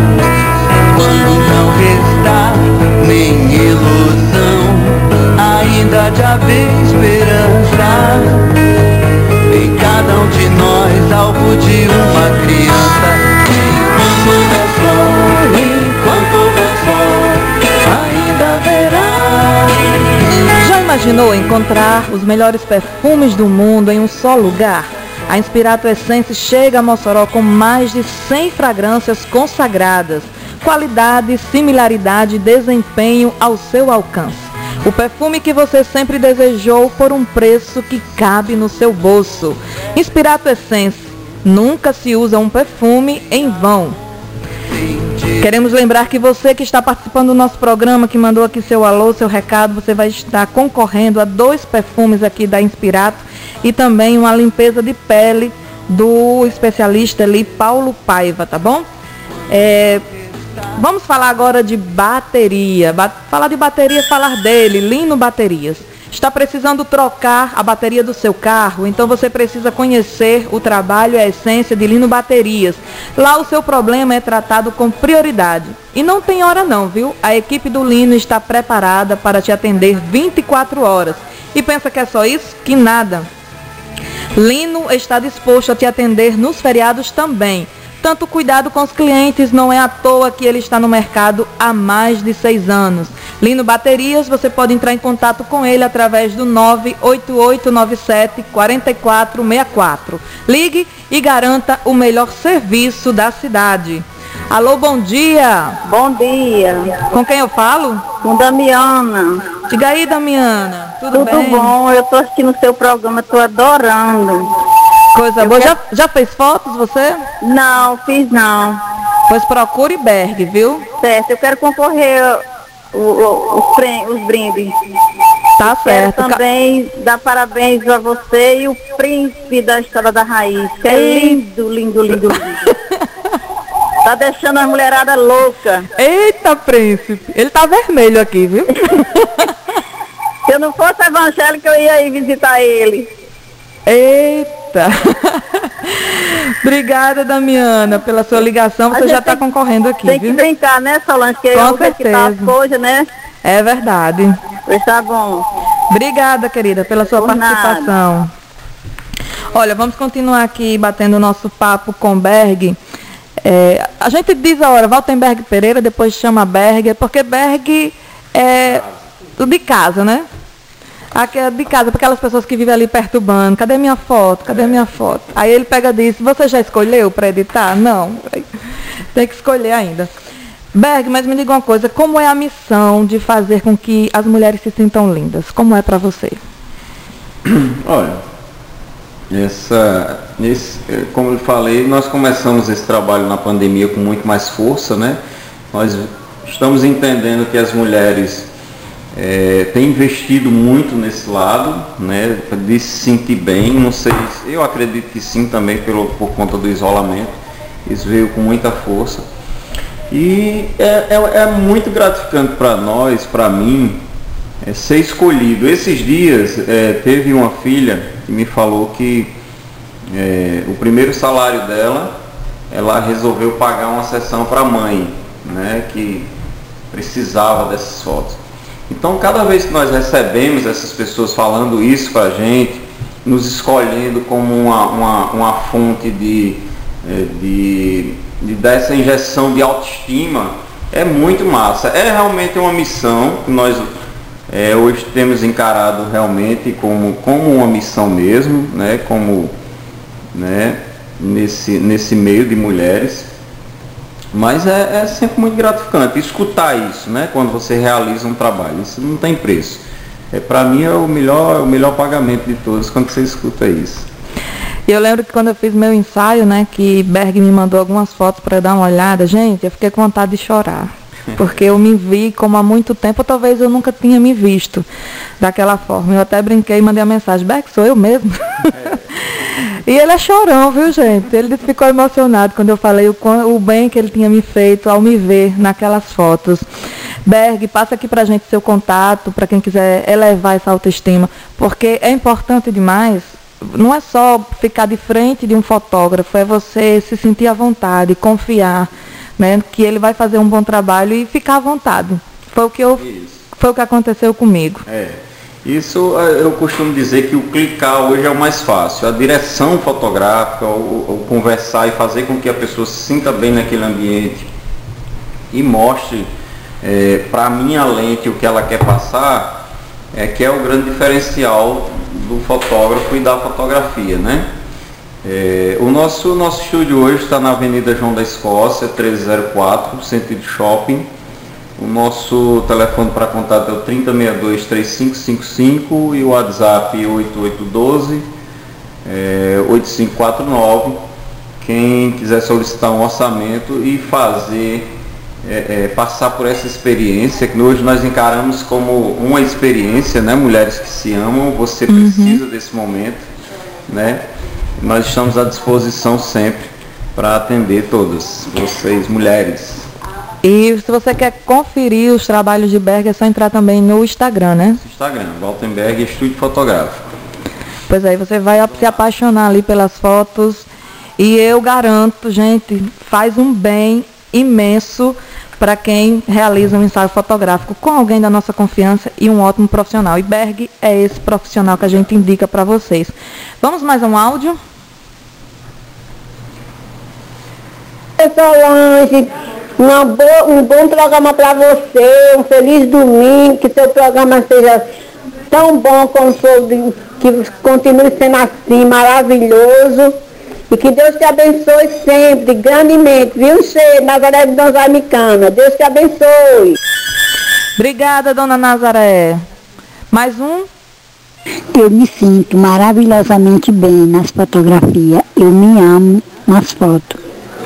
quando não restar nem ilusão, ainda de haver esperança. Em cada um de nós algo de uma criança. Enquanto houver sol, enquanto houver sol, ainda haverá. Já imaginou encontrar os melhores perfumes do mundo em um só lugar? A Inspirato Essence chega a Mossoró com mais de cem fragrâncias consagradas. Qualidade, similaridade e desempenho ao seu alcance. O perfume que você sempre desejou por um preço que cabe no seu bolso. Inspirato Essence. Nunca se usa um perfume em vão. Queremos lembrar que você que está participando do nosso programa, que mandou aqui seu alô, seu recado, você vai estar concorrendo a dois perfumes aqui da Inspirato e também uma limpeza de pele do especialista ali, Paulo Paiva, tá bom? É... Vamos falar agora de bateria. Ba- falar de bateria é falar dele, Lino Baterias. Está precisando trocar a bateria do seu carro? Então você precisa conhecer o trabalho e a essência de Lino Baterias. Lá o seu problema é tratado com prioridade. E não tem hora não, viu? A equipe do Lino está preparada para te atender vinte e quatro horas. E pensa que é só isso? Que nada. Lino está disposto a te atender nos feriados também. Tanto cuidado com os clientes, não é à toa que ele está no mercado há mais de seis anos. Lino Baterias, você pode entrar em contato com ele através do nove oito oito nove sete quatro quatro seis quatro. Ligue e garanta o melhor serviço da cidade. Alô, bom dia. Bom dia. Com quem eu falo? Com Damiana. Diga aí, Damiana. Tudo, Tudo bem? Tudo bom, eu estou assistindo o seu programa, estou adorando. Coisa eu boa. Quero... Já, já fez fotos você? Não, fiz não. Pois procure Berg, viu? Certo, eu quero concorrer o, o, os, pre... os brindes. Tá certo. Quero também dar parabéns a você e o príncipe da história da raiz. Que é lindo, lindo, lindo, lindo. Tá deixando a mulherada louca. Eita, príncipe. Ele tá vermelho aqui, viu? Se eu não fosse evangélico, eu ia ir visitar ele. Eita. Obrigada, Damiana, pela sua ligação. Você já está concorrendo aqui, tem viu? Tem que brincar, né, Solange? Que Com eu vejo que tá as coisas, né? É verdade. Pois tá bom. Obrigada, querida, pela sua Por participação. Nada. Olha, vamos continuar aqui batendo o nosso papo com Berg. É, a gente diz a hora, Waltenberg Pereira, depois chama Berg, porque Berg é de casa, né? Aqui é de casa, para aquelas pessoas que vivem ali perturbando. Cadê minha foto? Cadê minha foto? Aí ele pega e diz, você já escolheu para editar? Não. Tem que escolher ainda. Berg, mas me diga uma coisa, como é a missão de fazer com que as mulheres se sintam lindas? Como é para você? Olha, essa, esse, como eu falei, nós começamos esse trabalho na pandemia com muito mais força, né? Nós estamos entendendo que as mulheres é, tem investido muito nesse lado, né, de se sentir bem. Não sei, eu acredito que sim também pelo, por conta do isolamento. Isso veio com muita força. E é, é, é muito gratificante para nós, para mim, é, ser escolhido. Esses dias é, teve uma filha que me falou que é, o primeiro salário dela, ela resolveu pagar uma sessão para a mãe, né, que precisava dessas fotos. Então, cada vez que nós recebemos essas pessoas falando isso para a gente, nos escolhendo como uma, uma, uma fonte de, de, de dar essa injeção de autoestima, é muito massa. É realmente uma missão que nós é, hoje temos encarado realmente como, como uma missão mesmo, né, como, né, nesse, nesse meio de mulheres. Mas é, é sempre muito gratificante escutar isso, né? Quando você realiza um trabalho. Isso não tem preço. É, para mim é o melhor, o melhor pagamento de todos quando você escuta isso. E eu lembro que quando eu fiz meu ensaio, né, que Berg me mandou algumas fotos para dar uma olhada, gente, eu fiquei com vontade de chorar. Porque eu me vi como há muito tempo, ou talvez eu nunca tinha me visto daquela forma. Eu até brinquei e mandei a mensagem, Berg, sou eu mesmo? É. E ele é chorão, viu, gente? Ele ficou emocionado quando eu falei o, o bem que ele tinha me feito ao me ver naquelas fotos. Berg, passa aqui pra gente seu contato, para quem quiser elevar essa autoestima, porque é importante demais. Não é só ficar de frente de um fotógrafo, é você se sentir à vontade, confiar, né, que ele vai fazer um bom trabalho e ficar à vontade. Foi o que, eu, foi o que aconteceu comigo. É. Isso eu costumo dizer que o clicar hoje é o mais fácil. A direção fotográfica, o, o conversar e fazer com que a pessoa se sinta bem naquele ambiente e mostre é, para a minha lente o que ela quer passar, é que é o grande diferencial do fotógrafo e da fotografia, né? É, o nosso, nosso estúdio hoje está na Avenida João da Escócia, treze zero quatro, sentido shopping. O nosso telefone para contato é o trinta sessenta e dois, trinta e cinco cinquenta e cinco e o WhatsApp oito oito um dois, é, oito cinco quatro nove. Quem quiser solicitar um orçamento e fazer, é, é, passar por essa experiência, que hoje nós encaramos como uma experiência, né? Mulheres que se amam, você Uhum. precisa desse momento, né? Nós estamos à disposição sempre para atender todas vocês, mulheres. E se você quer conferir os trabalhos de Berg, é só entrar também no Instagram, né? Instagram, Waltenberg Estúdio Fotográfico. Pois aí, você vai se apaixonar ali pelas fotos. E eu garanto, gente, faz um bem imenso para quem realiza um ensaio fotográfico com alguém da nossa confiança e um ótimo profissional. E Berg é esse profissional que a gente indica para vocês. Vamos mais um áudio? Solange, uma boa, um bom programa para você, um feliz domingo, que seu programa seja tão bom como foi, que continue sendo assim, maravilhoso, e que Deus te abençoe sempre, grandemente, viu, Cheio, Nazaré de Dona Zamicana, Deus te abençoe. Obrigada, dona Nazaré. Mais um? Eu me sinto maravilhosamente bem nas fotografias, eu me amo nas fotos.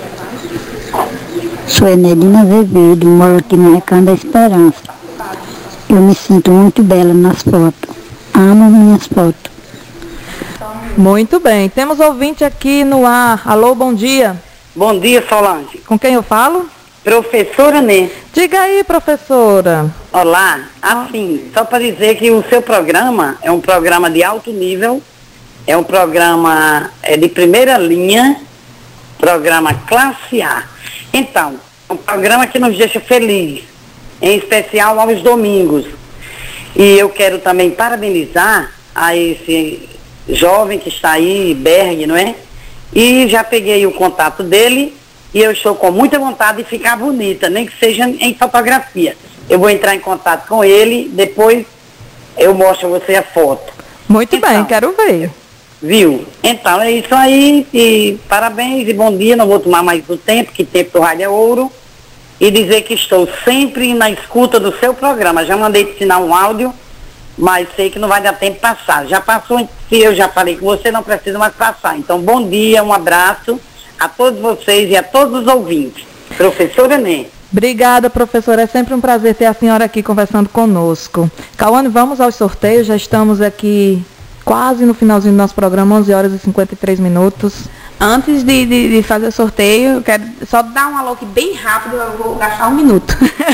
Sou Enedina Azevedo, moro aqui no Recanto da Esperança. Eu me sinto muito bela nas fotos. Amo minhas fotos. Muito bem. Temos ouvinte aqui no ar. Alô, bom dia. Bom dia, Solange. Com quem eu falo? Professora Nê. Diga aí, professora. Olá. Assim, só para dizer que o seu programa é um programa de alto nível, é um programa é, de primeira linha, programa classe A. Então, é um programa que nos deixa felizes, em especial aos domingos. E eu quero também parabenizar a esse jovem que está aí, Berg, não é? E já peguei o contato dele e eu estou com muita vontade de ficar bonita, nem que seja em fotografia. Eu vou entrar em contato com ele, depois eu mostro a você a foto. Muito então, bem, quero ver. Viu? Então é isso aí, e parabéns e bom dia, não vou tomar mais do tempo, que tempo do rádio é ouro, e dizer que estou sempre na escuta do seu programa. Já mandei te ensinar um áudio, mas sei que não vai dar tempo passar. Já passou, se eu já falei com você, não precisa mais passar. Então bom dia, um abraço a todos vocês e a todos os ouvintes. Professora Nê. Obrigada, professora. É sempre um prazer ter a senhora aqui conversando conosco. Cauane, vamos aos sorteios. Já estamos aqui quase no finalzinho do nosso programa, onze horas e cinquenta e três minutos. Antes de, de, de fazer o sorteio, eu quero só dar um alô aqui bem rápido, eu vou gastar um minuto.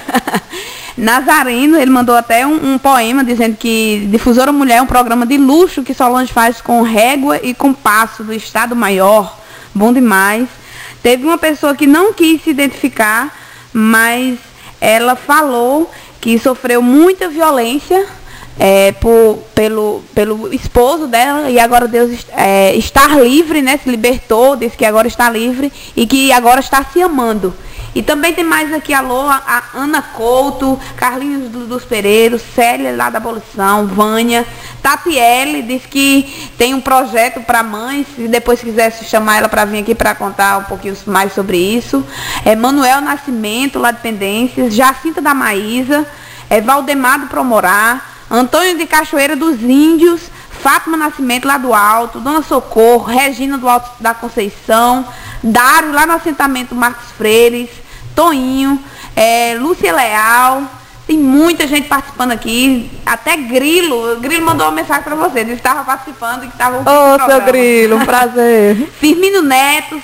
Nazareno, ele mandou até um, um poema dizendo que Difusora Mulher é um programa de luxo que Solange faz com régua e compasso do Estado Maior. Bom demais. Teve uma pessoa que não quis se identificar, mas ela falou que sofreu muita violência é, por, pelo, pelo esposo dela e agora Deus é, está livre, né? Se libertou, disse que agora está livre e que agora está se amando. E também tem mais aqui, alô, a, a Ana Couto, Carlinhos do, dos Pereiros, Célia lá da Abolição, Vânia, Tatiele, diz que tem um projeto para mães, se depois quisesse chamar ela para vir aqui para contar um pouquinho mais sobre isso. É Manuel Nascimento, lá de Pendências, Jacinta da Maísa, é Valdemar do Promorá, Antônio de Cachoeira dos Índios, Fátima Nascimento lá do Alto, Dona Socorro, Regina do Alto da Conceição, Dário lá no assentamento Marcos Freires, Toinho, é, Lúcia Leal, tem muita gente participando aqui, até Grilo, Grilo mandou uma mensagem para você, disse que estava participando e que estava ouvindo o programa. Ô, seu Grilo, um prazer. Firmino Neto,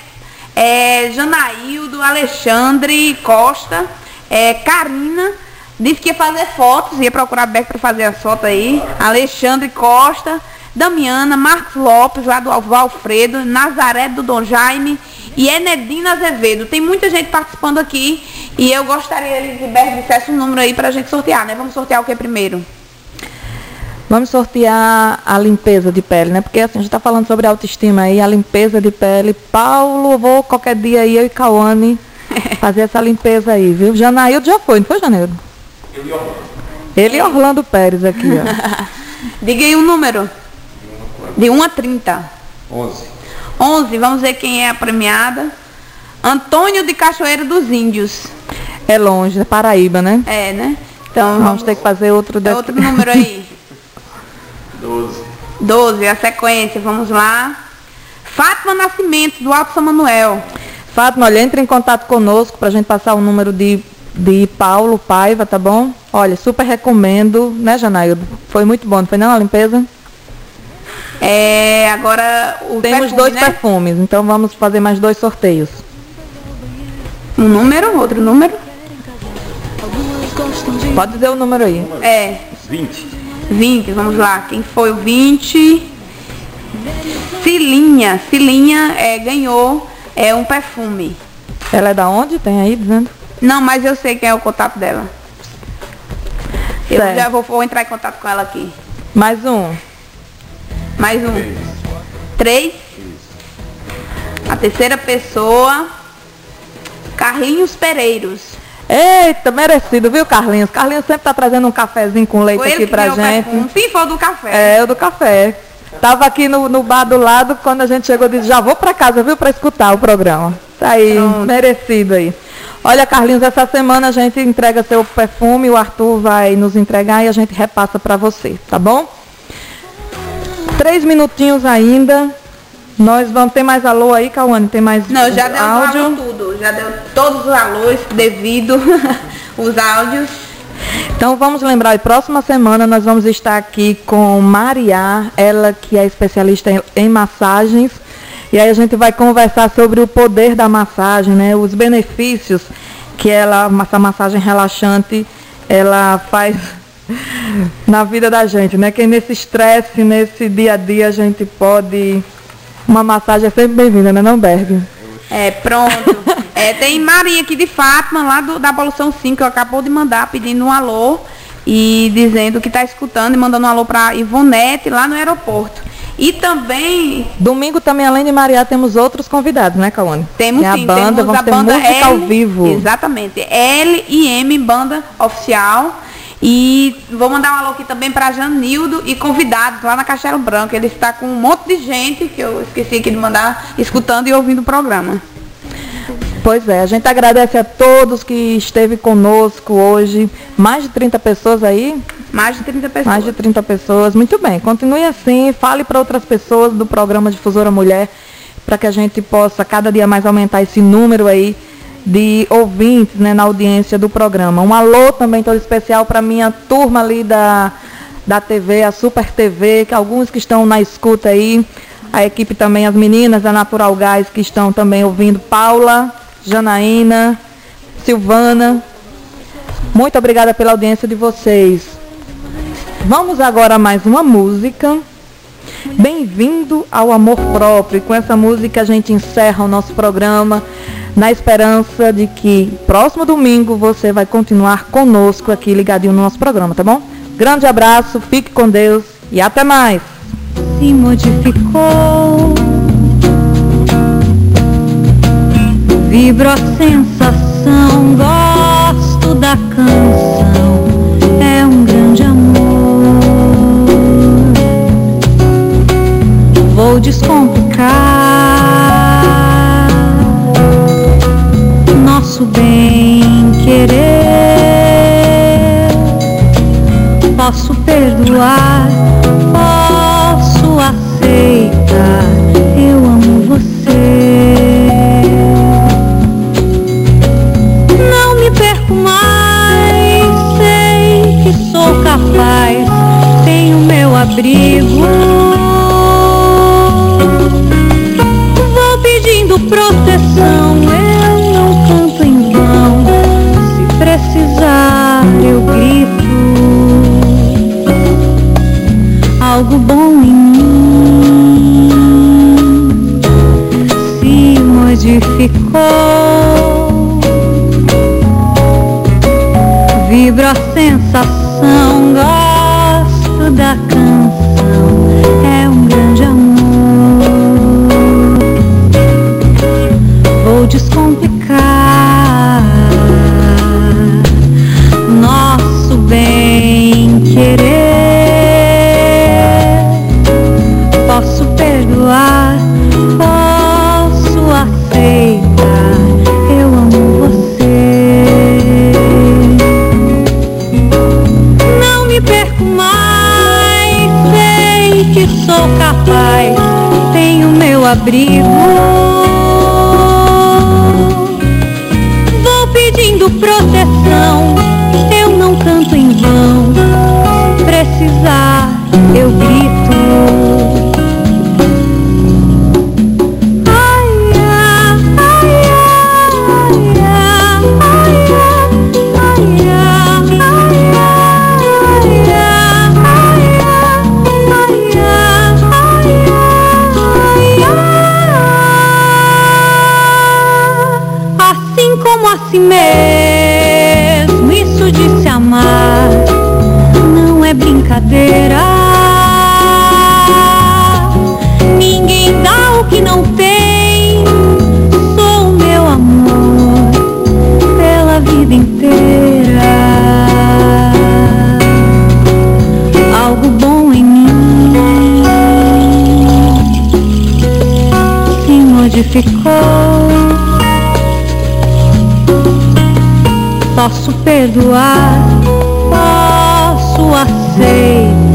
é, Janaildo, Alexandre Costa, é, Karina, disse que ia fazer fotos, ia procurar Beck para fazer as fotos aí, Alexandre Costa, Damiana, Marcos Lopes, lá do Alfredo, Nazaré do Dom Jaime e Enedina Azevedo. Tem muita gente participando aqui e eu gostaria que Berg dissesse um número aí para a gente sortear, né? Vamos sortear o que primeiro? Vamos sortear a limpeza de pele, né? Porque assim, a gente está falando sobre autoestima aí, a limpeza de pele. Paulo, vou qualquer dia aí, eu e Cauane, fazer essa limpeza aí, viu? Janaildo já foi, não foi, Janaildo? Eu e Orlando. Ele e Orlando Pérez aqui, ó. Diga aí um número. De um a trinta. onze. onze, vamos ver quem é a premiada. Antônio de Cachoeira dos Índios. É longe, é Paraíba, né? É, né? Então vamos, vamos ter que fazer outro daqui. Outro número aí. doze. doze, a sequência, vamos lá. Fátima Nascimento, do Alto São Manuel. Fátima, olha, entre em contato conosco para a gente passar o número de, de Paulo Paiva, tá bom? Olha, super recomendo, né, Janaildo? Foi muito bom, não foi não a limpeza? É, agora o Temos perfume, dois né? perfumes, então vamos fazer mais dois sorteios. Um número, outro número? Pode dizer o número aí. É. vinte. vinte, vamos lá. Quem foi o vinte? Cilinha. Cilinha é, ganhou é, um perfume. Ela é da onde? Tem aí dizendo? Não, mas eu sei quem é o contato dela. Eu Certo. já vou, vou entrar em contato com ela aqui. Mais um. Mais um. Três. A terceira pessoa, Carlinhos Pereiros. Eita, merecido, viu, Carlinhos? Carlinhos sempre tá trazendo um cafezinho com leite Foi ele aqui que pra deu o gente. perfume. Sim, foi o do café. É, o do café. Tava aqui no, no bar do lado, quando a gente chegou, disse, já vou pra casa, viu, pra escutar o programa. Tá aí, Pronto. merecido aí. Olha, Carlinhos, essa semana a gente entrega seu perfume, o Arthur vai nos entregar e a gente repassa pra você, tá bom? Três minutinhos ainda. Nós vamos ter mais alô aí, Cauane? Tem mais Não, já deu áudio? alô tudo. Já deu todos os alôs devido os áudios. Então vamos lembrar, próxima semana nós vamos estar aqui com Maria, ela que é especialista em, em massagens. E aí a gente vai conversar sobre o poder da massagem, né? Os benefícios que ela, essa massagem relaxante, ela faz na vida da gente, né? Que nesse estresse, nesse dia a dia, a gente pode... Uma massagem é sempre bem-vinda, né, não, Berg? É, pronto. É, tem Maria aqui de Fátima, lá do, da Abolição cinco, que acabou de mandar, pedindo um alô e dizendo que está escutando e mandando um alô para Ivonete, lá no aeroporto. E também... Domingo também, além de Maria, temos outros convidados, né, Cauane? Temos Tem sim, a banda, temos vamos a ter banda música L, ao vivo. Exatamente. L e M, banda oficial. E vou mandar um alô aqui também para Janildo e convidados lá na Castelo Branco. Ele está com um monte de gente, que eu esqueci aqui de mandar, escutando e ouvindo o programa. Pois é, a gente agradece a todos que esteve conosco hoje. Mais de trinta pessoas aí? Mais de trinta pessoas. Mais de trinta pessoas. Muito bem, continue assim, fale para outras pessoas do programa Difusora Mulher, para que a gente possa cada dia mais aumentar esse número aí de ouvintes, né, na audiência do programa. Um alô também todo especial para minha turma ali da, da T V, a Super T V, que alguns que estão na escuta aí, a equipe também, as meninas da Natural Gás que estão também ouvindo, Paula, Janaína, Silvana. Muito obrigada pela audiência de vocês. Vamos agora a mais uma música. Bem-vindo ao Amor Próprio. E com essa música a gente encerra o nosso programa, na esperança de que próximo domingo você vai continuar conosco aqui ligadinho no nosso programa, tá bom? Grande abraço, fique com Deus e até mais. Se modificou, vibro a sensação, gosto da canção, é um grande amor. Vou descomplicar nosso bem querer. Posso perdoar, posso aceitar, eu amo você. Não me perco mais, sei que sou capaz, tenho meu abrigo. Vou pedindo proteção, eu não canto em vão, se precisar eu grito. Algo bom em mim se modificou. Vibro a sensação, gosto da canção, é um grande amor. Vou descomplicar nosso bem querer. Posso perdoar, posso aceitar, eu amo você. Não me perco mais, sei que sou capaz, tenho meu abrigo. Vou pedindo proteção, eu não canto em vão, precisar eu grito. Assim mesmo, isso de se amar não é brincadeira. Ninguém dá o que não tem, sou o meu amor pela vida inteira. Algo bom em mim se modificou. Posso perdoar, posso aceitar,